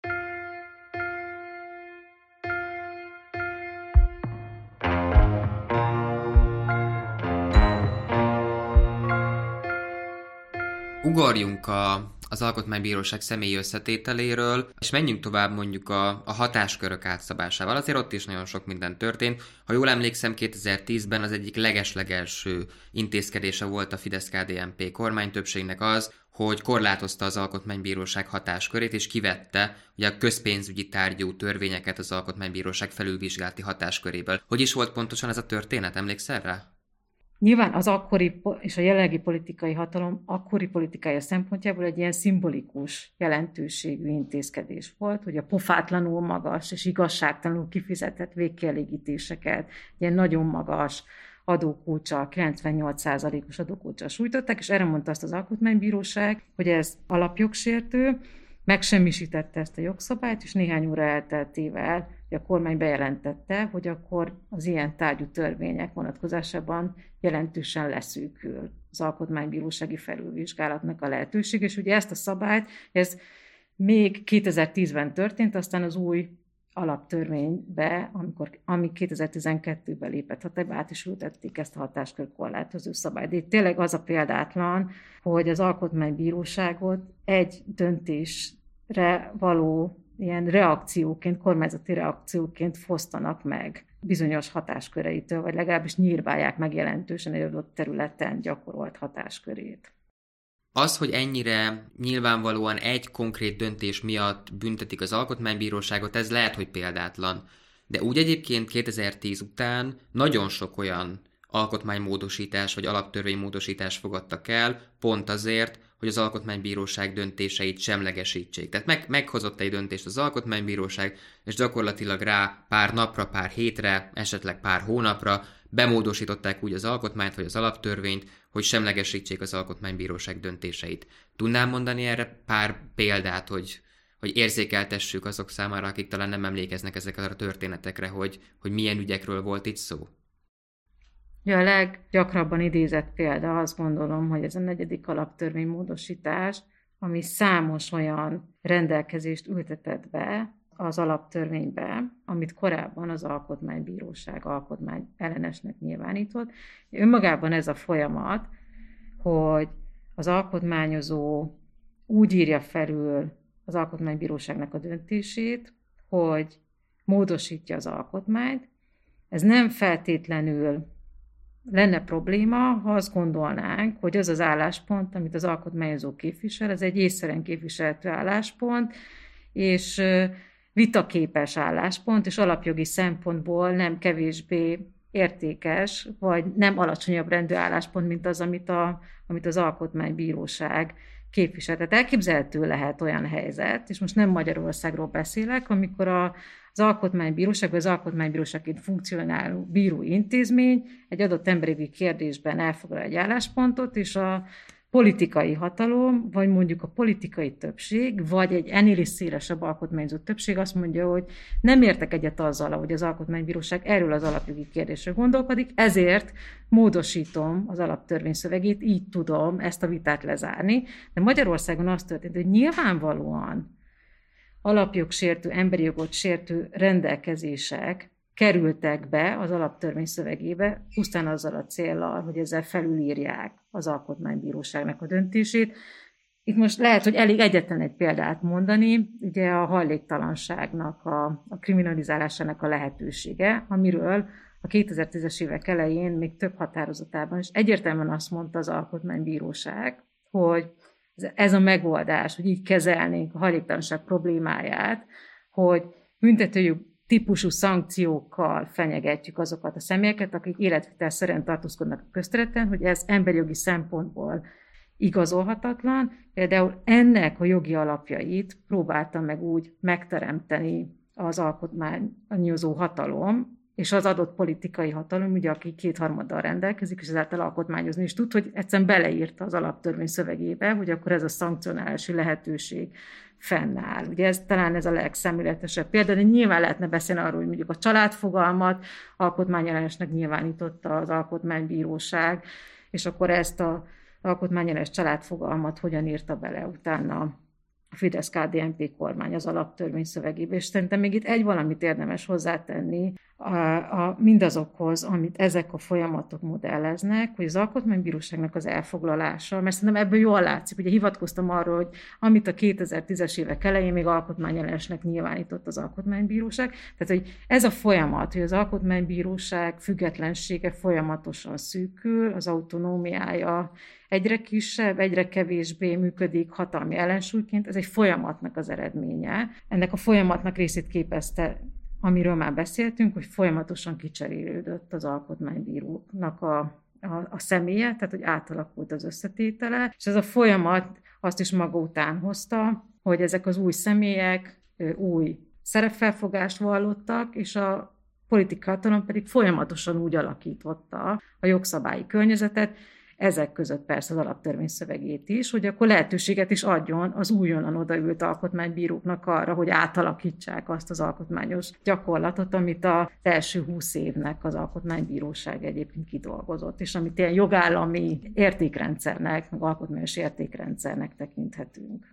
Ugorjunk az Alkotmánybíróság személyi összetételéről, és menjünk tovább mondjuk a hatáskörök átszabásával. Azért ott is nagyon sok minden történt. Ha jól emlékszem, 2010-ben az egyik legeslegelső intézkedése volt a Fidesz-KDNP kormánytöbbségnek az, hogy korlátozta az Alkotmánybíróság hatáskörét, és kivette ugye a közpénzügyi tárgyú törvényeket az Alkotmánybíróság felülvizsgálati hatásköréből. Hogy is volt pontosan ez a történet, emlékszel rá? Nyilván az akkori és a jelenlegi politikai hatalom akkori politikája szempontjából egy ilyen szimbolikus jelentőségű intézkedés volt, hogy a pofátlanul magas és igazságtalanul kifizetett végkielégítéseket ilyen nagyon magas adókulccsal, 98%-os adókulccsal sújtották, és erre mondta azt az Alkotmánybíróság, hogy ez alapjogsértő, megsemmisítette ezt a jogszabályt, és néhány óra elteltével a kormány bejelentette, hogy akkor az ilyen tárgyú törvények vonatkozásában jelentősen leszűkül az alkotmánybírósági felülvizsgálatnak a lehetőség, és ugye ezt a szabályt, ez még 2010-ben történt, aztán az új alaptörvénybe, ami 2012-ben lépett hatályba, át is ültették ezt a hatáskör korlátozó szabályt. De itt tényleg az a példátlan, hogy az alkotmánybíróságot egy döntésre való ilyen reakcióként, kormányzati reakcióként fosztanak meg bizonyos hatásköreitől, vagy legalábbis nyírbálják meg jelentősen egy adott területen gyakorolt hatáskörét. Az, hogy ennyire nyilvánvalóan egy konkrét döntés miatt büntetik az Alkotmánybíróságot, ez lehet, hogy példátlan. De úgy egyébként 2010 után nagyon sok olyan alkotmánymódosítás vagy alaptörvénymódosítás fogadtak el, pont azért, hogy az Alkotmánybíróság döntéseit semlegesítsék. Tehát meghozott egy döntést az Alkotmánybíróság, és gyakorlatilag rá pár napra, pár hétre, esetleg pár hónapra bemódosították úgy az alkotmányt vagy az alaptörvényt, hogy semlegesítsék az Alkotmánybíróság döntéseit. Tudnám mondani erre pár példát, hogy érzékeltessük azok számára, akik talán nem emlékeznek ezekre a történetekre, hogy milyen ügyekről volt itt szó? Ja, a leggyakrabban idézett példa, azt gondolom, hogy ez a 4. alaptörvénymódosítás, ami számos olyan rendelkezést ültetett be az alaptörvénybe, amit korábban az Alkotmánybíróság alkotmányellenesnek nyilvánított. Önmagában ez a folyamat, hogy az alkotmányozó úgy írja felül az Alkotmánybíróságnak a döntését, hogy módosítja az alkotmányt. Ez nem feltétlenül lenne probléma, ha azt gondolnánk, hogy az az álláspont, amit az alkotmányozó képvisel, ez egy észszerűen képviselhető álláspont, és vitaképes álláspont, és alapjogi szempontból nem kevésbé értékes, vagy nem alacsonyabb rendű álláspont, mint az, amit az Alkotmánybíróság képvisel. Tehát elképzelhető lehet olyan helyzet, és most nem Magyarországról beszélek, amikor az Alkotmánybíróság, vagy az alkotmánybíróságként funkcionáló bírói intézmény egy adott emberi kérdésben elfoglal egy álláspontot, és a politikai hatalom, vagy mondjuk a politikai többség, vagy egy ennél is szélesebb alkotmányozó többség azt mondja, hogy nem értek egyet azzal, hogy az Alkotmánybíróság erről az alapjogi kérdésről gondolkodik, ezért módosítom az alaptörvény szövegét, így tudom ezt a vitát lezárni. De Magyarországon az történt, hogy nyilvánvalóan alapjogsértő, emberi jogot sértő rendelkezések kerültek be az alaptörvény szövegébe, pusztán azzal a céllal, hogy ezzel felülírják az Alkotmánybíróságnak a döntését. Itt most lehet, hogy elég egyetlen egy példát mondani, ugye a hajléktalanságnak, a kriminalizálásának a lehetősége, amiről a 2010-es évek elején még több határozatában is egyértelműen azt mondta az Alkotmánybíróság, hogy ez a megoldás, hogy így kezelnénk a hajléktalanság problémáját, hogy büntetőjog típusú szankciókkal fenyegetjük azokat a személyeket, akik életvitelszerűen tartózkodnak a közterületen, hogy ez emberi jogi szempontból igazolhatatlan. Például ennek a jogi alapjait próbáltam meg úgy megteremteni az alkotmányozó hatalom, és az adott politikai hatalom, ugye, aki 2/3 rendelkezik, és ezáltal alkotmányozni is tud, hogy egyszerűen beleírta az alaptörvény szövegébe, hogy akkor ez a szankcionálási lehetőség fennáll. Ugye talán ez a legszemléletesebb példa, de nyilván lehetne beszélni arról, hogy mondjuk a családfogalmat alkotmányellenesnek nyilvánította az Alkotmánybíróság, és akkor ezt az alkotmányellenes családfogalmat hogyan írta bele utána a Fidesz-KDNP kormány az alaptörvény szövegébe. És szerintem még itt egy valamit érdemes hozzátenni mindazokhoz, amit ezek a folyamatok modelleznek, hogy az Alkotmánybíróságnak az elfoglalása, mert szerintem ebből jól látszik, ugye hivatkoztam arról, hogy amit a 2010-es évek elején még alkotmányellenesnek nyilvánított az Alkotmánybíróság, tehát hogy ez a folyamat, hogy az Alkotmánybíróság függetlensége folyamatosan szűkül, az autonómiája egyre kisebb, egyre kevésbé működik hatalmi ellensúlyként, ez egy folyamatnak az eredménye. Ennek a folyamatnak részét képezte, amiről már beszéltünk, hogy folyamatosan kicserélődött az alkotmánybíróknak a személye, tehát hogy átalakult az összetétele, és ez a folyamat azt is maga után hozta, hogy ezek az új személyek új szerepfelfogást vallottak, és a politikai hatalom pedig folyamatosan úgy alakította a jogszabályi környezetet, ezek között persze az alaptörvény szövegét is, hogy akkor lehetőséget is adjon az újonnan odaült alkotmánybíróknak arra, hogy átalakítsák azt az alkotmányos gyakorlatot, amit az első 20 évnek az Alkotmánybíróság egyébként kidolgozott, és amit ilyen jogállami értékrendszernek, meg alkotmányos értékrendszernek tekinthetünk.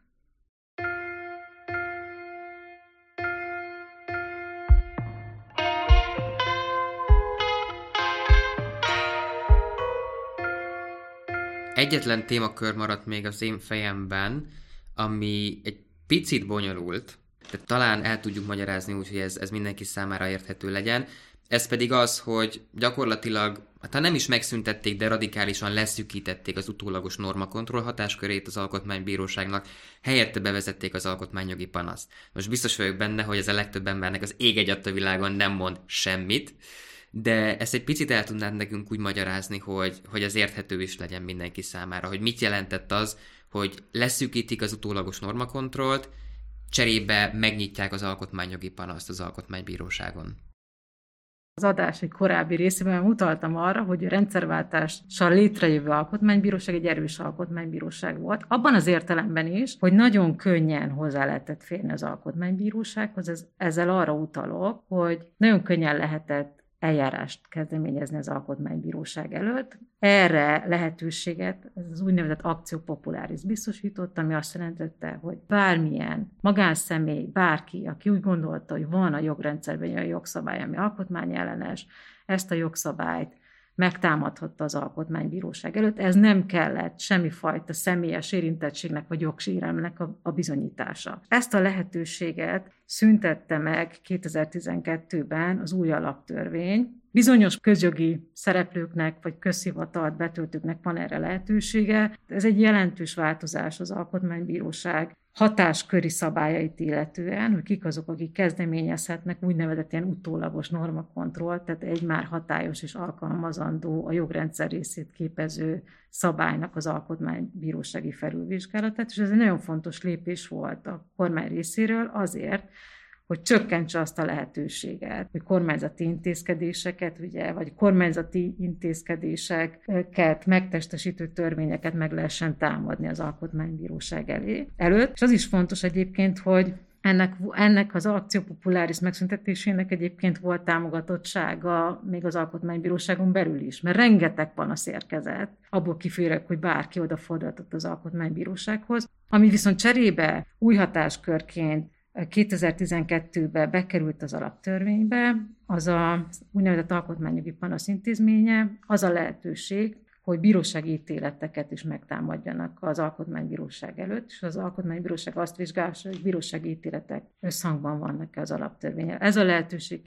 Egyetlen témakör maradt még az én fejemben, ami egy picit bonyolult, de talán el tudjuk magyarázni úgy, hogy ez mindenki számára érthető legyen. Ez pedig az, hogy gyakorlatilag, ha nem is megszüntették, de radikálisan leszűkítették az utólagos normakontroll hatáskörét az Alkotmánybíróságnak, helyette bevezették az alkotmányjogi panaszt. Most biztos vagyok benne, hogy ez a legtöbb embernek az ég egyatt világon nem mond semmit, de ezt egy picit el tudnád nekünk úgy magyarázni, hogy az érthető is legyen mindenki számára, hogy mit jelentett az, hogy leszűkítik az utólagos normakontrollt, cserébe megnyitják az alkotmányjogi panaszt az Alkotmánybíróságon. Az adás egy korábbi részében utaltam arra, hogy a rendszerváltással létrejövő alkotmánybíróság egy erős alkotmánybíróság volt. Abban az értelemben is, hogy nagyon könnyen hozzá lehetett férni az alkotmánybírósághoz, ezzel arra utalok, hogy nagyon könnyen lehetett eljárást kezdeményezni az Alkotmánybíróság előtt. Erre lehetőséget ez az úgynevezett Actio Popularis biztosított, ami azt jelentette, hogy bármilyen magánszemély, bárki, aki úgy gondolta, hogy van a jogrendszerben olyan jogszabály, ami alkotmányellenes, ezt a jogszabályt megtámadhatta az Alkotmánybíróság előtt. Ez nem kellett semmifajta személyes érintettségnek vagy jogsérelmnek a bizonyítása. Ezt a lehetőséget szüntette meg 2012-ben az új alaptörvény. Bizonyos közjogi szereplőknek vagy közhivatalt betöltőknek van erre lehetősége. Ez egy jelentős változás az Alkotmánybíróság hatásköri szabályait illetően, hogy kik azok, akik kezdeményezhetnek úgynevezett ilyen utólagos normakontrollt, tehát egy már hatályos és alkalmazandó, a jogrendszer részét képező szabálynak az alkotmánybírósági felülvizsgálatát, és ez egy nagyon fontos lépés volt a kormány részéről azért, hogy csökkentse azt a lehetőséget, hogy kormányzati intézkedéseket, ugye, vagy kormányzati intézkedéseket megtestesítő törvényeket meg lehessen támadni az Alkotmánybíróság előtt. És az is fontos egyébként, hogy ennek az Actio Popularis megszüntetésének egyébként volt támogatottsága még az Alkotmánybíróságon belül is, mert rengeteg panasz érkezett, abból kiférek, hogy bárki odafordulhatott az Alkotmánybírósághoz, ami viszont cserébe új hatáskörként 2012-ben bekerült az alaptörvénybe, az a úgynevezett alkotmányjogi panasz intézménye, az a lehetőség, hogy bírósági ítéleteket is megtámadjanak az Alkotmánybíróság előtt, és az Alkotmánybíróság azt vizsgálja, hogy bírósági ítéletek összhangban vannak-e az alaptörvénnyel. Ez a lehetőség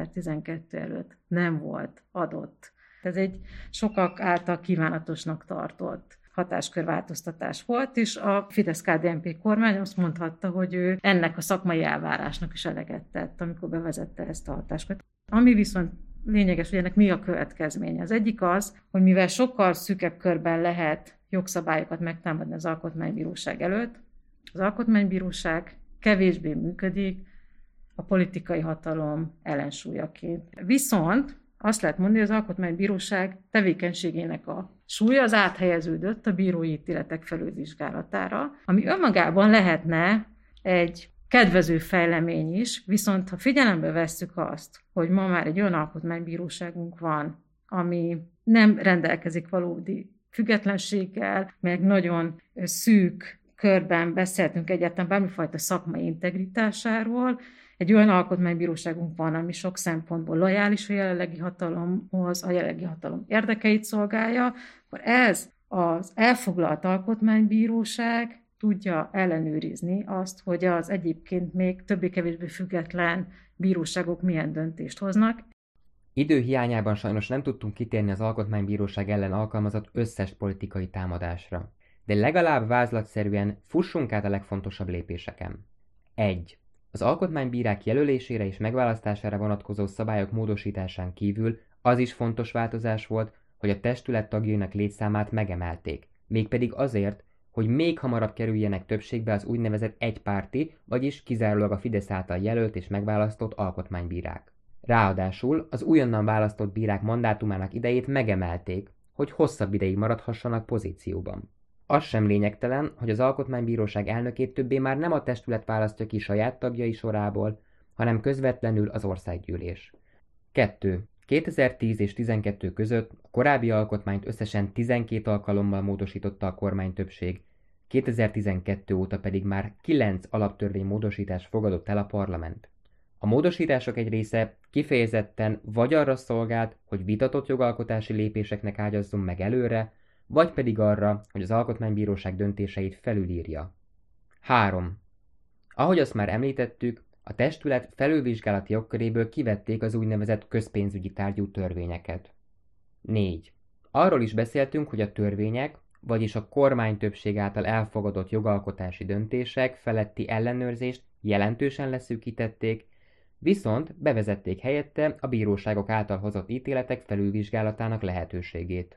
2012 előtt nem volt adott. Ez egy sokak által kívánatosnak tartott hatáskörváltoztatás volt, és a Fidesz-KDNP kormány azt mondhatta, hogy ő ennek a szakmai elvárásnak is eleget tett, amikor bevezette ezt a hatáskört. Ami viszont lényeges, hogy ennek mi a következménye. Az egyik az, hogy mivel sokkal szűkebb körben lehet jogszabályokat megtámadni az Alkotmánybíróság előtt, az Alkotmánybíróság kevésbé működik a politikai hatalom ellensúlyaként. Viszont azt lehet mondani, hogy az Alkotmánybíróság tevékenységének a súlya az áthelyeződött a bírói ítéletek felülvizsgálatára, ami önmagában lehetne egy kedvező fejlemény is, viszont ha figyelembe vesszük azt, hogy ma már egy olyan alkotmánybíróságunk van, ami nem rendelkezik valódi függetlenséggel, meg nagyon szűk körben beszéltünk egyáltalán bármifajta szakmai integritásáról, egy olyan alkotmánybíróságunk van, ami sok szempontból lojális a jelenlegi hatalomhoz, a jelenlegi hatalom érdekeit szolgálja, akkor ez az elfoglalt alkotmánybíróság tudja ellenőrizni azt, hogy az egyébként még többé-kevésbé független bíróságok milyen döntést hoznak. Idő hiányában sajnos nem tudtunk kitérni az Alkotmánybíróság ellen alkalmazott összes politikai támadásra, de legalább vázlatszerűen fussunk át a legfontosabb lépéseken. 1. Az alkotmánybírák jelölésére és megválasztására vonatkozó szabályok módosításán kívül az is fontos változás volt, hogy a testület tagjainak létszámát megemelték, mégpedig azért, hogy még hamarabb kerüljenek többségbe az úgynevezett egypárti, vagyis kizárólag a Fidesz által jelölt és megválasztott alkotmánybírák. Ráadásul az újonnan választott bírák mandátumának idejét megemelték, hogy hosszabb ideig maradhassanak pozícióban. Az sem lényegtelen, hogy az Alkotmánybíróság elnökét többé már nem a testület választja ki saját tagjai sorából, hanem közvetlenül az országgyűlés. 2. 2010 és 2012 között a korábbi alkotmányt összesen 12 alkalommal módosította a kormánytöbbség, 2012 óta pedig már 9 alaptörvény módosítást fogadott el a parlament. A módosítások egy része kifejezetten vagy arra szolgált, hogy vitatott jogalkotási lépéseknek ágyazzon meg előre, vagy pedig arra, hogy az Alkotmánybíróság döntéseit felülírja. 3. Ahogy azt már említettük, a testület felülvizsgálati jogköréből kivették az úgynevezett közpénzügyi tárgyú törvényeket. 4. Arról is beszéltünk, hogy a törvények, vagyis a kormánytöbbség által elfogadott jogalkotási döntések feletti ellenőrzést jelentősen leszűkítették, viszont bevezették helyette a bíróságok által hozott ítéletek felülvizsgálatának lehetőségét.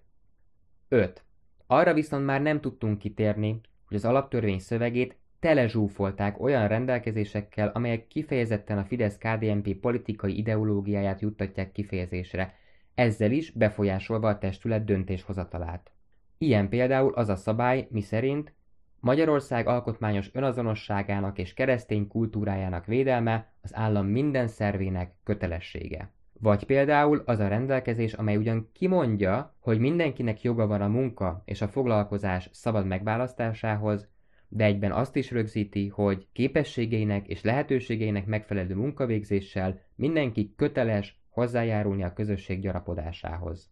5. Arra viszont már nem tudtunk kitérni, hogy az alaptörvény szövegét telezsúfolták olyan rendelkezésekkel, amelyek kifejezetten a Fidesz-KDNP politikai ideológiáját juttatják kifejezésre, ezzel is befolyásolva a testület döntéshozatalát. Ilyen például az a szabály, miszerint Magyarország alkotmányos önazonosságának és keresztény kultúrájának védelme az állam minden szervének kötelessége. Vagy például az a rendelkezés, amely ugyan kimondja, hogy mindenkinek joga van a munka és a foglalkozás szabad megválasztásához, de egyben azt is rögzíti, hogy képességeinek és lehetőségeinek megfelelő munkavégzéssel mindenki köteles hozzájárulni a közösség gyarapodásához.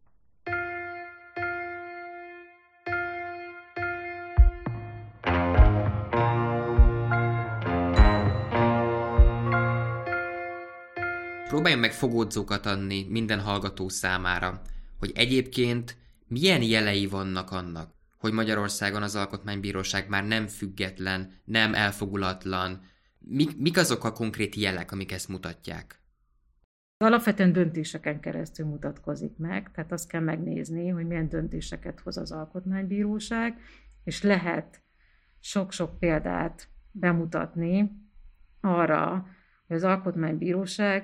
Próbáljunk meg fogódzókat adni minden hallgató számára, hogy egyébként milyen jelei vannak annak, hogy Magyarországon az Alkotmánybíróság már nem független, nem elfogulatlan. Mik azok a konkrét jelek, amik ezt mutatják? Alapvetően döntéseken keresztül mutatkozik meg, tehát azt kell megnézni, hogy milyen döntéseket hoz az Alkotmánybíróság, és lehet sok-sok példát bemutatni arra, hogy az Alkotmánybíróság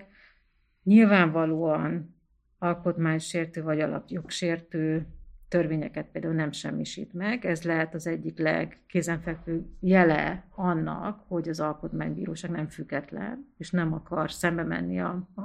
nyilvánvalóan alkotmánysértő vagy alapjogsértő törvényeket például nem semmisít meg. Ez lehet az egyik legkézenfekvő jele annak, hogy az Alkotmánybíróság nem független, és nem akar szembe menni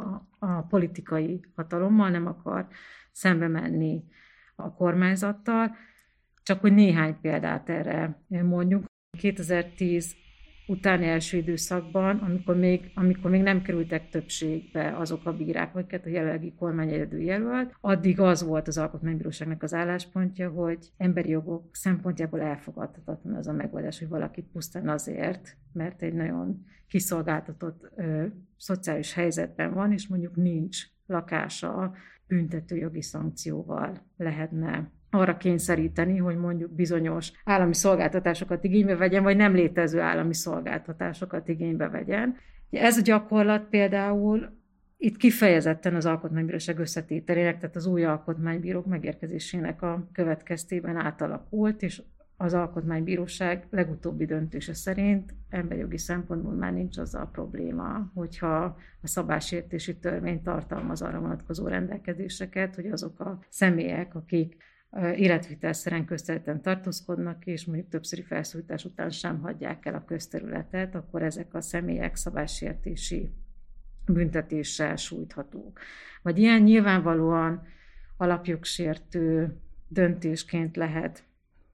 a politikai hatalommal, nem akar szembe menni a kormányzattal. Csak hogy néhány példát erre mondjuk. 2010 utáni első időszakban, amikor még nem kerültek többségbe azok a bírák, amiket a jelenlegi kormány egyedül jelölt, addig az volt az Alkotmánybíróságnak az álláspontja, hogy emberi jogok szempontjából elfogadhatatlan az a megoldás, hogy valaki pusztán azért, mert egy nagyon kiszolgáltatott szociális helyzetben van, és mondjuk nincs lakása, büntetőjogi szankcióval lehetne arra kényszeríteni, hogy mondjuk bizonyos állami szolgáltatásokat igénybe vegyen, vagy nem létező állami szolgáltatásokat igénybe vegyen. Ez a gyakorlat például itt kifejezetten az Alkotmánybíróság összetételének, tehát az új alkotmánybírók megérkezésének a következtében átalakult, és az Alkotmánybíróság legutóbbi döntése szerint emberjogi szempontból már nincs azzal a probléma, hogyha a szabálysértési törvény tartalmaz arra vonatkozó rendelkezéseket, hogy azok a személyek, akik életvitelszerűen közterületen tartózkodnak, és mondjuk többszöri felszólítás után sem hagyják el a közterületet, akkor ezek a személyek szabálysértési büntetéssel sújthatók. Vagy ilyen nyilvánvalóan alapjogsértő döntésként lehet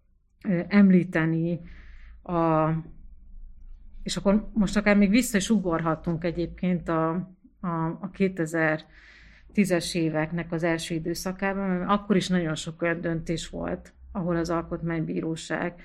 említeni, és akkor most akár még vissza is ugorhatunk egyébként a 2010-es éveknek az első időszakában, mert akkor is nagyon sok olyan döntés volt, ahol az Alkotmánybíróság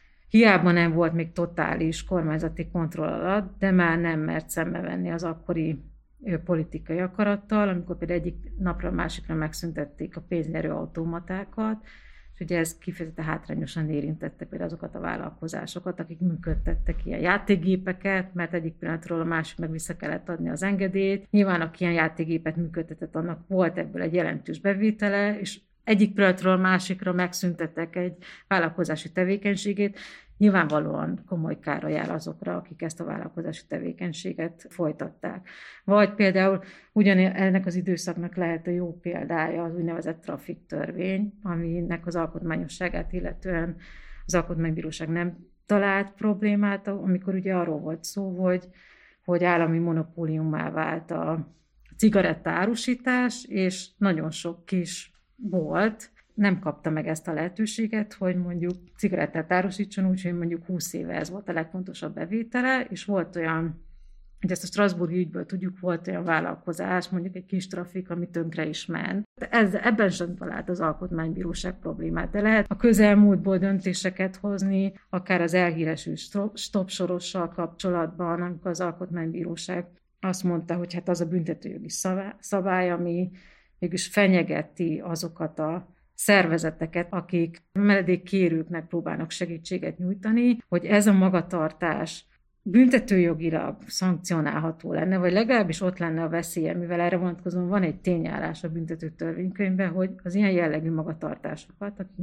hiába nem volt még totális kormányzati kontroll alatt, de már nem mert szembe venni az akkori politikai akarattal, amikor például egyik napra a másikra megszüntették a pénznyerő automatákat, és ugye ez kifejezetten hátrányosan érintette például azokat a vállalkozásokat, akik működtettek ilyen játékgépeket, mert egyik pillanatról a másiknak vissza kellett adni az engedélyt. Nyilván, aki ilyen játékgépet működtetett, annak volt ebből egy jelentős bevétele, és egyik pillanatról a másikra megszüntettek egy vállalkozási tevékenységét, nyilvánvalóan komoly kára jár azokra, akik ezt a vállalkozási tevékenységet folytatták. Vagy például ennek az időszaknak lehet a jó példája az úgynevezett trafiktörvény, aminek az alkotmányosságát illetően az Alkotmánybíróság nem talált problémát, amikor ugye arról volt szó, hogy állami monopóliummá vált a cigarettaárusítás, és nagyon sok kis bolt nem kapta meg ezt a lehetőséget, hogy mondjuk cigarettát árusítson, úgyhogy mondjuk 20 éve ez volt a legfontosabb bevétele, és volt olyan, hogy ezt a strasbourgi ügyből tudjuk, volt olyan vállalkozás, mondjuk egy kis trafik, ami tönkre is ment. Ebben sem talált az Alkotmánybíróság problémát, de lehet a közelmúltból döntéseket hozni, akár az elhíresült Stop Sorossal kapcsolatban, amikor az Alkotmánybíróság azt mondta, hogy hát az a büntetőjogi szabály, ami mégis fenyegeti azokat a szervezeteket, akik menedékkérőknek próbálnak segítséget nyújtani, hogy ez a magatartás büntetőjogilag szankcionálható lenne, vagy legalábbis ott lenne a veszélye, mivel erre vonatkozóan van egy tényállás a büntető törvénykönyvben, hogy az ilyen jellegű magatartásokat, akik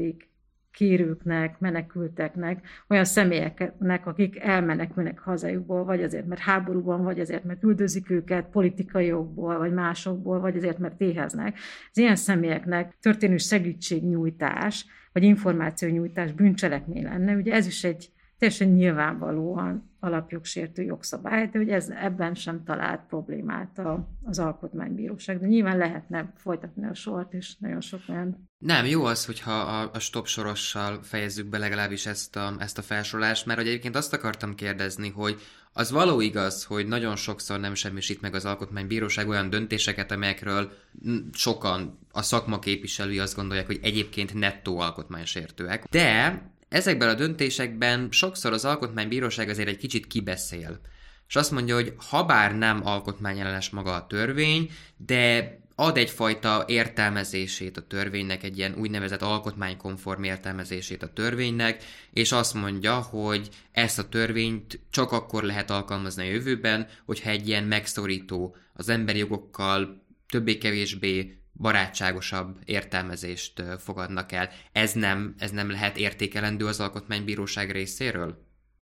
menedékkérőknek, menekülteknek, olyan személyeknek, akik elmenekülnek hazájukból, vagy azért, mert háborúban, vagy azért, mert üldözik őket politikai jogból, vagy másokból, vagy azért, mert éheznek. Az ilyen személyeknek történő segítségnyújtás, vagy információnyújtás bűncselekmény lenne. Ugye ez is egy teljesen nyilvánvalóan alapjogsértő jogszabály, de hogy ebben sem talált problémát az Alkotmánybíróság. De nyilván lehetne folytatni a sort, és nagyon sok olyan... Nem, jó az, hogyha a stop sorossal fejezzük be legalábbis ezt a felsorolást, mert egyébként azt akartam kérdezni, hogy az való igaz, hogy nagyon sokszor nem semmisít meg az Alkotmánybíróság olyan döntéseket, amelyekről sokan, a szakma képviselői azt gondolják, hogy egyébként nettó alkotmánysértőek. De ezekben a döntésekben sokszor az Alkotmánybíróság azért egy kicsit kibeszél. És azt mondja, hogy habár nem alkotmányellenes maga a törvény, de ad egyfajta értelmezését a törvénynek, egy ilyen úgynevezett alkotmánykonform értelmezését a törvénynek, és azt mondja, hogy ezt a törvényt csak akkor lehet alkalmazni a jövőben, hogyha egy ilyen megszorító, az emberi jogokkal többé-kevésbé barátságosabb értelmezést fogadnak el. Ez nem lehet értékelendő az Alkotmánybíróság részéről?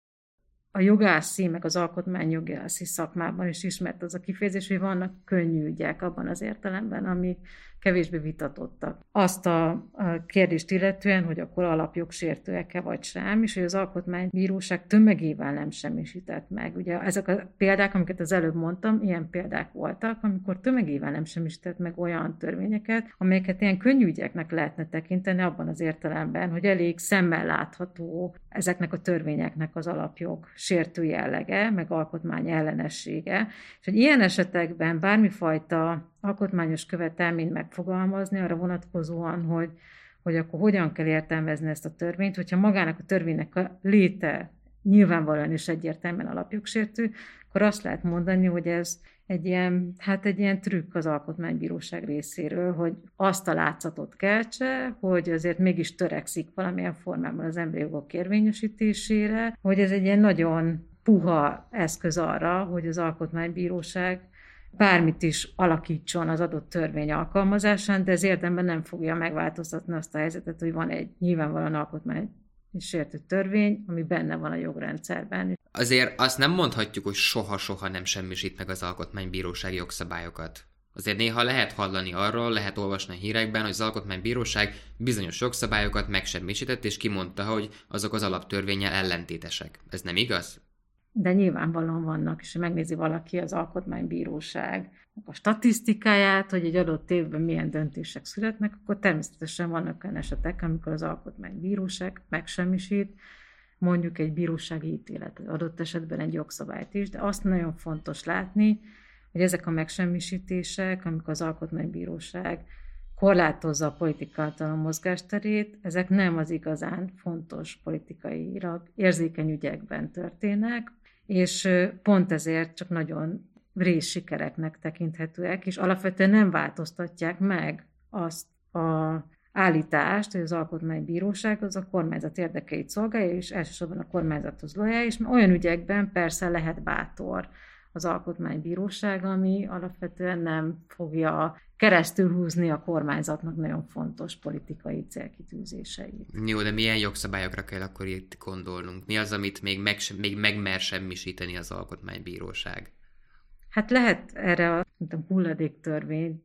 A jogászi, meg az alkotmányjogászi szakmában is ismert az a kifejezés, hogy vannak könnyű ügyek abban az értelemben, amik kevésbé vitatottak. Azt a kérdést illetően, hogy akkor alapjogsértőek-e vagy sem, és hogy az Alkotmánybíróság tömegével nem semmisített meg. Ugye ezek a példák, amiket az előbb mondtam, ilyen példák voltak, amikor tömegével nem semmisített meg olyan törvényeket, amelyeket ilyen könnyű ügyeknek lehetne tekinteni abban az értelemben, hogy elég szemmel látható ezeknek a törvényeknek az alapjog sértő jellege, meg alkotmány ellenessége, és hogy ilyen esetekben bármifajta alkotmányos követelményt megfogalmazni arra vonatkozóan, hogy akkor hogyan kell értelmezni ezt a törvényt, hogyha magának a törvénynek a léte nyilvánvalóan is egyértelműen alapjogsértő, akkor azt lehet mondani, hogy ez egy ilyen trükk az Alkotmánybíróság részéről, hogy azt a látszatot keltse, hogy azért mégis törekszik valamilyen formában az emberi jogok érvényesítésére, hogy ez egy ilyen nagyon puha eszköz arra, hogy az Alkotmánybíróság bármit is alakítson az adott törvény alkalmazásán, de ez érdemben nem fogja megváltoztatni azt a helyzetet, hogy van egy nyilvánvalóan alkotmánysértő törvény, ami benne van a jogrendszerben. Azért azt nem mondhatjuk, hogy soha-soha nem semmisít meg az Alkotmánybíróság jogszabályokat. Azért néha lehet hallani arról, lehet olvasni a hírekben, hogy az Alkotmánybíróság bizonyos jogszabályokat megsemmisített, és kimondta, hogy azok az alaptörvénnyel ellentétesek. Ez nem igaz? De nyilvánvalóan vannak, és ha megnézi valaki az Alkotmánybíróság a statisztikáját, hogy egy adott évben milyen döntések születnek, akkor természetesen vannak olyan esetek, amikor az Alkotmánybíróság megsemmisít, mondjuk egy bírósági ítélet, adott esetben egy jogszabályt is, de azt nagyon fontos látni, hogy ezek a megsemmisítések, amikor az Alkotmánybíróság korlátozza a politikai mozgásterét, ezek nem az igazán fontos politikailag érzékeny ügyekben történnek, és pont ezért csak nagyon rés sikereknek tekinthetőek, és alapvetően nem változtatják meg azt az állítást, hogy az Alkotmánybíróság az a kormányzat érdekeit szolgálja, és elsősorban a kormányzathoz lojális, mert olyan ügyekben persze lehet bátor az Alkotmánybíróság, ami alapvetően nem fogja keresztül húzni a kormányzatnak nagyon fontos politikai célkitűzéseit. Jó, de milyen jogszabályokra kell akkor itt gondolnunk? Mi az, amit még megmer semmisíteni az Alkotmánybíróság? Hát lehet erre a hulladéktörvényt,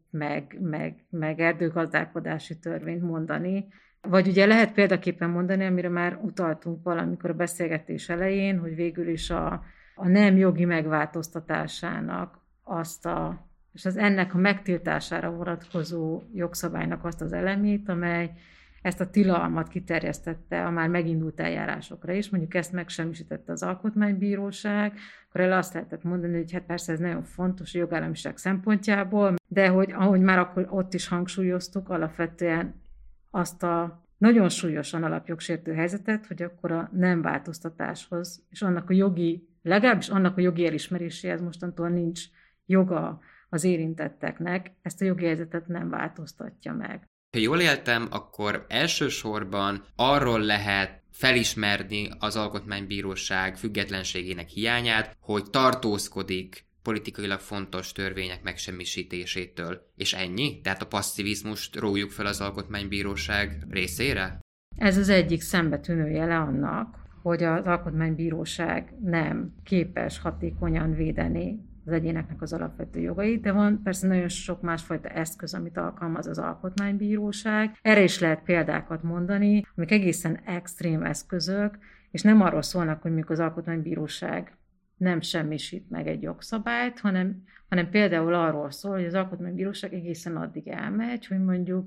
meg erdőgazdálkodási törvényt mondani, vagy ugye lehet példaképpen mondani, amire már utaltunk valamikor a beszélgetés elején, hogy végül is a nem jogi megváltoztatásának és az ennek a megtiltására vonatkozó jogszabálynak azt az elemét, amely ezt a tilalmat kiterjesztette a már megindult eljárásokra is, mondjuk ezt megsemmisítette az Alkotmánybíróság, akkor el azt lehetett mondani, hogy hát persze ez nagyon fontos a jogállamiság szempontjából, de hogy ahogy már akkor ott is hangsúlyoztuk, alapvetően azt a nagyon súlyosan alapjogsértő helyzetet, hogy akkor a nem változtatáshoz, és legalábbis annak a jogi elismeréséhez mostantól nincs joga az érintetteknek, ezt a jogi helyzetet nem változtatja meg. Ha jól éltem, akkor elsősorban arról lehet felismerni az Alkotmánybíróság függetlenségének hiányát, hogy tartózkodik politikailag fontos törvények megsemmisítésétől. És ennyi? Tehát a passzivizmust rójuk fel az Alkotmánybíróság részére? Ez az egyik szembetűnő jele annak, hogy az Alkotmánybíróság nem képes hatékonyan védeni az egyéneknek az alapvető jogait, de van persze nagyon sok másfajta eszköz, amit alkalmaz az alkotmánybíróság. Erre is lehet példákat mondani, amik egészen extrém eszközök, és nem arról szólnak, hogy mondjuk az alkotmánybíróság nem semmisít meg egy jogszabályt, hanem például arról szól, hogy az alkotmánybíróság egészen addig elmegy, hogy mondjuk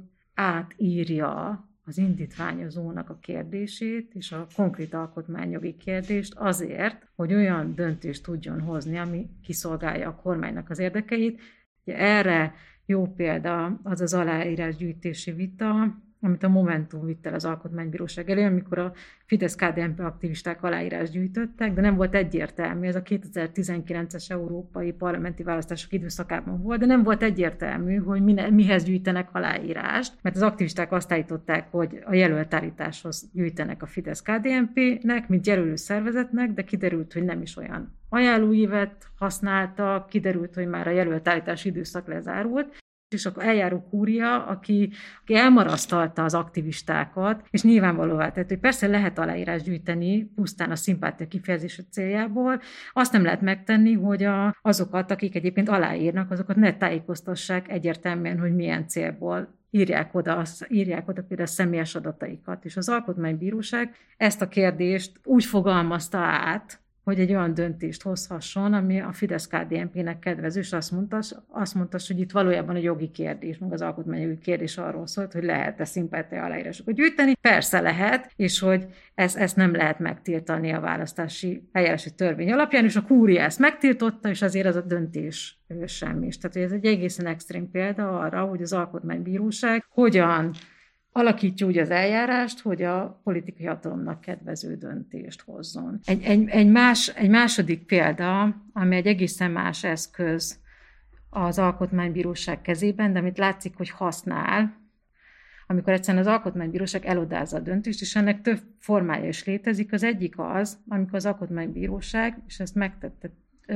átírja az indítványozónak a kérdését és a konkrét alkotmányjogi kérdést azért, hogy olyan döntést tudjon hozni, ami kiszolgálja a kormánynak az érdekeit. Ugye erre jó példa az az aláírásgyűjtési vita, amit a Momentum vitt el az Alkotmánybíróság elé, amikor a Fidesz-KDNP aktivisták aláírást gyűjtöttek, de nem volt egyértelmű, ez a 2019-es európai parlamenti választások időszakában volt, de nem volt egyértelmű, hogy mihez gyűjtenek aláírást, mert az aktivisták azt állították, hogy a jelöltállításhoz gyűjtenek a Fidesz-KDNP-nek, mint jelölő szervezetnek, de kiderült, hogy nem is olyan ajánlóívet használtak, kiderült, hogy már a jelöltállítási időszak lezárult, és akkor eljáró kúria, aki elmarasztalta az aktivistákat, és nyilvánvalóvá tett, hogy persze lehet aláírás gyűjteni pusztán a szimpátia kifejezése céljából, azt nem lehet megtenni, hogy azokat, akik egyébként aláírnak, azokat ne tájékoztassák egyértelműen, hogy milyen célból írják oda például a személyes adataikat. És az Alkotmánybíróság ezt a kérdést úgy fogalmazta át, hogy egy olyan döntést hozhasson, ami a Fidesz-KDNP-nek kedvező, és azt mondta, hogy itt valójában a jogi kérdés, meg az alkotmányjogi kérdés arról szólt, hogy lehet-e szimpátia aláírásokat gyűjteni. Persze lehet, és hogy ezt nem lehet megtiltani a választási eljárási törvény alapján, és a kúria ezt megtiltotta, és azért az a döntés semmi. Tehát ez egy egészen extrém példa arra, hogy az Alkotmánybíróság hogyan alakítja úgy az eljárást, hogy a politikai hatalomnak kedvező döntést hozzon. Egy második példa, ami egy egészen más eszköz az Alkotmánybíróság kezében, de amit látszik, hogy használ, amikor egyszerűen az Alkotmánybíróság elodázza a döntést, és ennek több formája is létezik. Az egyik az, amikor az Alkotmánybíróság, és ezt megtette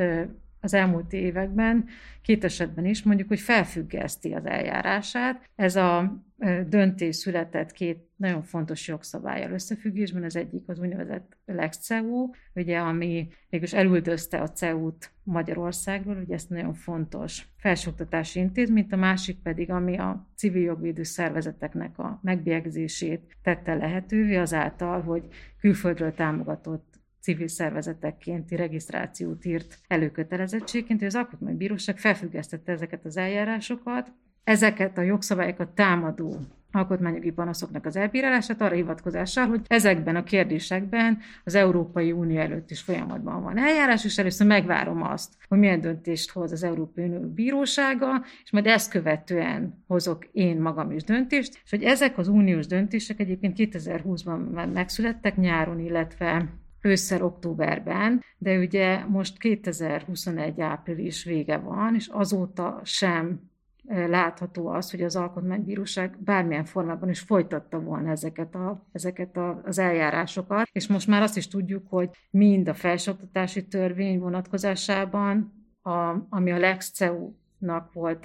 az elmúlt években, 2 esetben is, mondjuk, hogy felfüggeszti az eljárását. Ez a döntés született 2 nagyon fontos jogszabállyal összefüggésben. Az egyik az úgynevezett Lex CEU, ugye, ami mégis elüldözte a CEU-t Magyarországról, ugye ezt nagyon fontos felsőoktatási intézményt, a másik pedig, ami a civil jogvédő szervezeteknek a megbélyegzését tette lehetővé azáltal, hogy külföldről támogatott civil szervezetekkénti regisztrációt írt előkötelezettségként, hogy az Alkotmánybíróság felfüggesztette ezeket az eljárásokat, ezeket a jogszabályokat támadó alkotmányjogi panaszoknak az elbírálását arra hivatkozással, hogy ezekben a kérdésekben az Európai Unió előtt is folyamatban van eljárás, és először megvárom azt, hogy milyen döntést hoz az Európai Unió bírósága, és majd ezt követően hozok én magam is döntést, és hogy ezek az uniós döntések egyébként 2020-ban már megszülettek nyáron, illetve ősszel, októberben, de ugye most 2021 április vége van, és azóta sem látható az, hogy az Alkotmánybíróság bármilyen formában is folytatta volna ezeket az eljárásokat, és most már azt is tudjuk, hogy mind a felsőoktatási törvény vonatkozásában, ami a Lex CEU-nak volt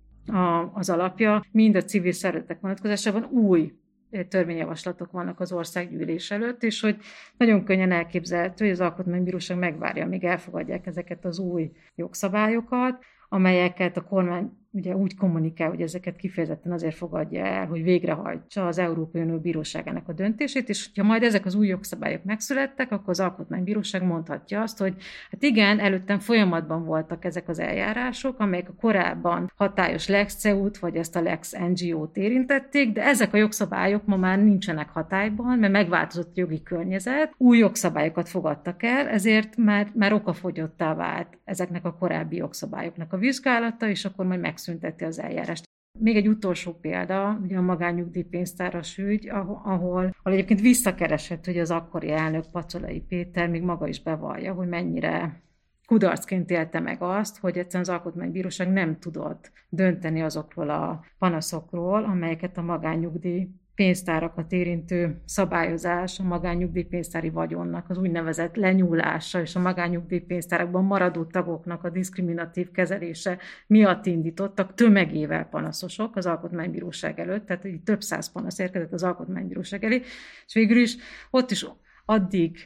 az alapja, mind a civil szervezetek vonatkozásában új törvényjavaslatok vannak az országgyűlés előtt, és hogy nagyon könnyen elképzelhető, hogy az Alkotmánybíróság megvárja, amíg elfogadják ezeket az új jogszabályokat, amelyeket a kormány ugye úgy kommunikál, hogy ezeket kifejezetten azért fogadja el, hogy végrehajtsa az Európai Unió Bíróságának a döntését, és ha majd ezek az új jogszabályok megszülettek, akkor az Alkotmánybíróság mondhatja azt, hogy hát igen, előttem folyamatban voltak ezek az eljárások, amelyek a korábban hatályos Lex CEU-t, vagy ezt a Lex NGO-t érintették, de ezek a jogszabályok ma már nincsenek hatályban, mert megváltozott a jogi környezet, új jogszabályokat fogadtak el, ezért már okafogyottá vált ezeknek a korábbi jogszabályoknak a vizsgálata, és akkor majd megszünteti az eljárást. Még egy utolsó példa, ugye a magánnyugdíjpénztáras ügy, ahol egyébként visszakeresett, hogy az akkori elnök Pacolai Péter még maga is bevallja, hogy mennyire kudarcként élte meg azt, hogy egyszerűen az Alkotmánybíróság nem tudott dönteni azokról a panaszokról, amelyeket a magánnyugdíj pénztárakat érintő szabályozás, a magánnyugdíjpénztári vagyonnak az úgynevezett lenyúlása és a magánnyugdíjpénztárakban maradó tagoknak a diszkriminatív kezelése miatt indítottak tömegével panaszosok az Alkotmánybíróság előtt, tehát így több száz panasz érkezett az Alkotmánybíróság elé, és végül is ott is addig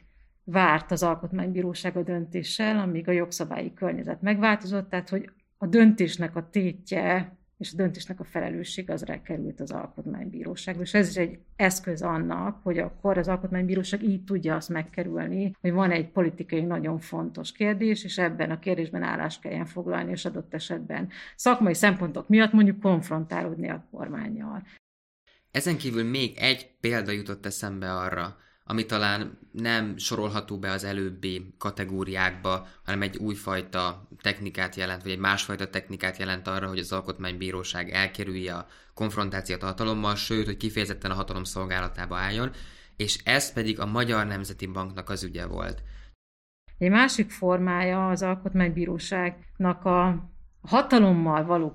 várt az Alkotmánybíróság a döntéssel, amíg a jogszabályi környezet megváltozott, tehát hogy a döntésnek a tétje és a döntésnek a felelősség az rákerült az Alkotmánybíróságra. És ez is egy eszköz annak, hogy akkor az Alkotmánybíróság így tudja azt megkerülni, hogy van egy politikai nagyon fontos kérdés, és ebben a kérdésben állást kelljen foglalni, és adott esetben szakmai szempontok miatt mondjuk konfrontálódni a kormánnyal. Ezen kívül még egy példa jutott eszembe arra, ami talán nem sorolható be az előbbi kategóriákba, hanem egy újfajta technikát jelent, vagy egy másfajta technikát jelent arra, hogy az Alkotmánybíróság elkerülje a konfrontációt a hatalommal, sőt, hogy kifejezetten a hatalom szolgálatába álljon, és ez pedig a Magyar Nemzeti Banknak az ügye volt. Egy másik formája az Alkotmánybíróságnak a hatalommal való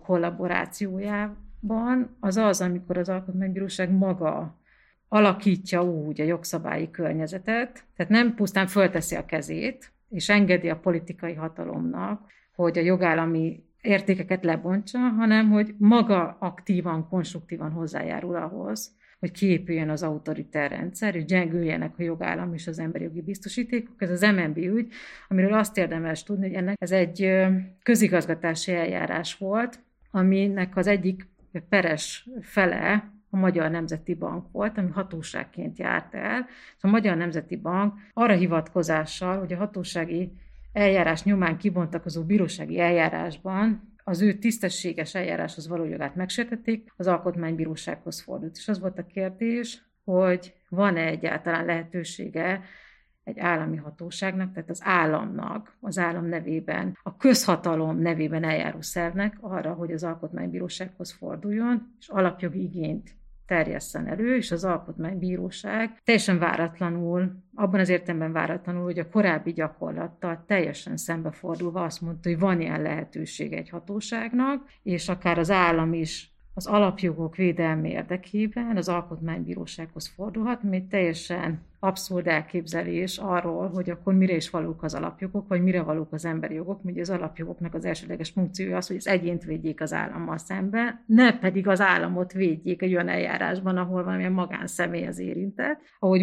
kollaborációjában az, amikor az Alkotmánybíróság maga alakítja úgy a jogszabályi környezetet, tehát nem pusztán fölteszi a kezét, és engedi a politikai hatalomnak, hogy a jogállami értékeket lebontsa, hanem hogy maga aktívan, konstruktívan hozzájárul ahhoz, hogy kiépüljön az autoriter rendszer, és gyengüljenek a jogállam és az emberi jogi biztosítékok. Ez az MNB ügy, amiről azt érdemes tudni, hogy ez egy közigazgatási eljárás volt, aminek az egyik peres fele a Magyar Nemzeti Bank volt, ami hatóságként járt el. A Magyar Nemzeti Bank arra hivatkozással, hogy a hatósági eljárás nyomán kibontakozó bírósági eljárásban az ő tisztességes eljáráshoz való jogát megsértették, az Alkotmánybírósághoz fordult. És az volt a kérdés, hogy van-e egyáltalán lehetősége egy állami hatóságnak, tehát az államnak, az állam nevében, a közhatalom nevében eljáró szervnek arra, hogy az Alkotmánybírósághoz forduljon, és alapjogi igényt terjesszen elő, és az Alkotmánybíróság teljesen váratlanul, abban az értelemben váratlanul, hogy a korábbi gyakorlattal teljesen szembefordulva azt mondta, hogy van ilyen lehetőség egy hatóságnak, és akár az állam is az alapjogok védelme érdekében az Alkotmánybírósághoz fordulhat, ami egy teljesen abszurd elképzelés arról, hogy akkor mire is valók az alapjogok, vagy mire valók az emberi jogok. Ugye az alapjogoknak az elsődleges funkciója az, hogy az egyént védjék az állammal szemben, ne pedig az államot védjék egy olyan eljárásban, ahol valamilyen magánszemély az érintett,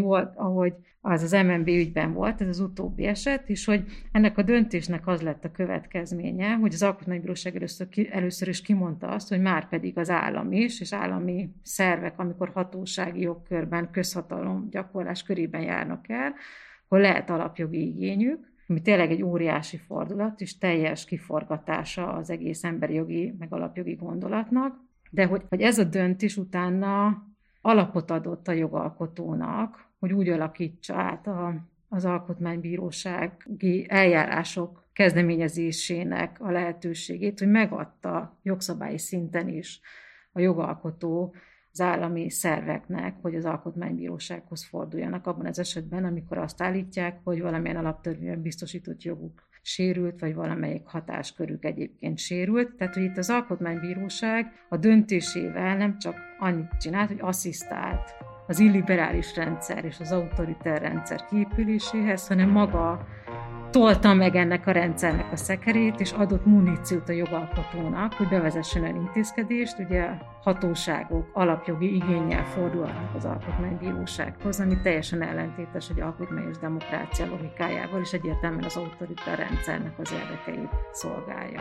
ahogy az MNB ügyben volt, ez az utóbbi eset, és hogy ennek a döntésnek az lett a következménye, hogy az Alkotmánybíróság először is kimondta azt, hogy már pedig az állam is, és állami szervek, amikor hatósági jogkörben, közhatalom gyakorlás körében járnak el, hogy lehet alapjogi igényük, ami tényleg egy óriási fordulat, és teljes kiforgatása az egész emberi jogi, meg alapjogi gondolatnak, de hogy ez a döntés utána alapot adott a jogalkotónak, hogy úgy alakítsa át az alkotmánybírósági eljárások kezdeményezésének a lehetőségét, hogy megadta jogszabályi szinten is a jogalkotó az állami szerveknek, hogy az alkotmánybírósághoz forduljanak abban az esetben, amikor azt állítják, hogy valamilyen alaptörvényben biztosított joguk sérült, vagy valamelyik hatáskörük egyébként sérült. Tehát, hogy itt az alkotmánybíróság a döntésével nem csak annyit csinált, hogy asszisztált az illiberális rendszer és az autoriter rendszer kiépüléséhez, hanem maga tolta meg ennek a rendszernek a szekerét, és adott muníciót a jogalkotónak, hogy bevezessen olyan intézkedést, ugye hatóságok alapjogi igénnyel fordulnak az alkotmánybírósághoz, ami teljesen ellentétes egy alkotmányos demokrácia logikájával, és egyértelműen az autoriter rendszernek az érdekeit szolgálja.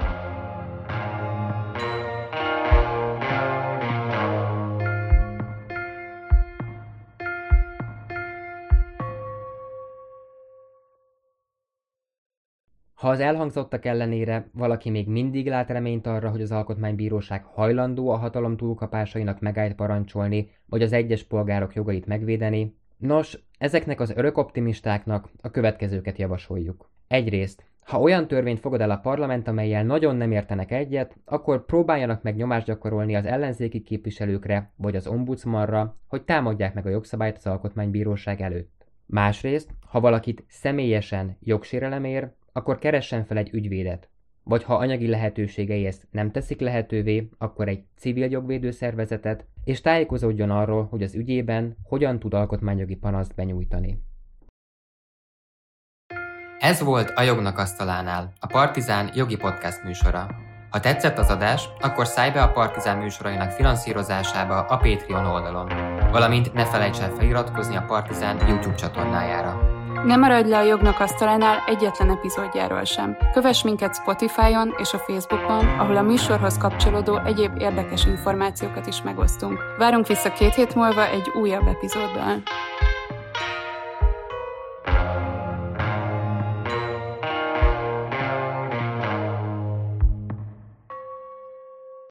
Ha az elhangzottak ellenére valaki még mindig lát reményt arra, hogy az Alkotmánybíróság hajlandó a hatalom túlkapásainak megállt parancsolni, vagy az egyes polgárok jogait megvédeni, nos, ezeknek az örök optimistáknak a következőket javasoljuk. Egyrészt, ha olyan törvényt fogad el a parlament, amellyel nagyon nem értenek egyet, akkor próbáljanak meg nyomást gyakorolni az ellenzéki képviselőkre, vagy az ombudsmanra, hogy támadják meg a jogszabályt az Alkotmánybíróság előtt. Másrészt, ha valakit személyesen jogsérelem ér, akkor keressen fel egy ügyvédet. Vagy ha anyagi lehetőségei ezt nem teszik lehetővé, akkor egy civil jogvédő szervezetet, és tájékozódjon arról, hogy az ügyében hogyan tud alkotmányjogi panaszt benyújtani. Ez volt a Jognak asztalánál, a Partizán jogi podcast műsora. Ha tetszett az adás, akkor szállj be a Partizán műsorainak finanszírozásába a Patreon oldalon, valamint ne felejts el feliratkozni a Partizán YouTube csatornájára. Ne maradj le a Jognak asztalánál egyetlen epizódjáról sem. Kövess minket Spotify-on és a Facebookon, ahol a műsorhoz kapcsolódó egyéb érdekes információkat is megosztunk. Várunk vissza 2 hét múlva egy újabb epizóddal.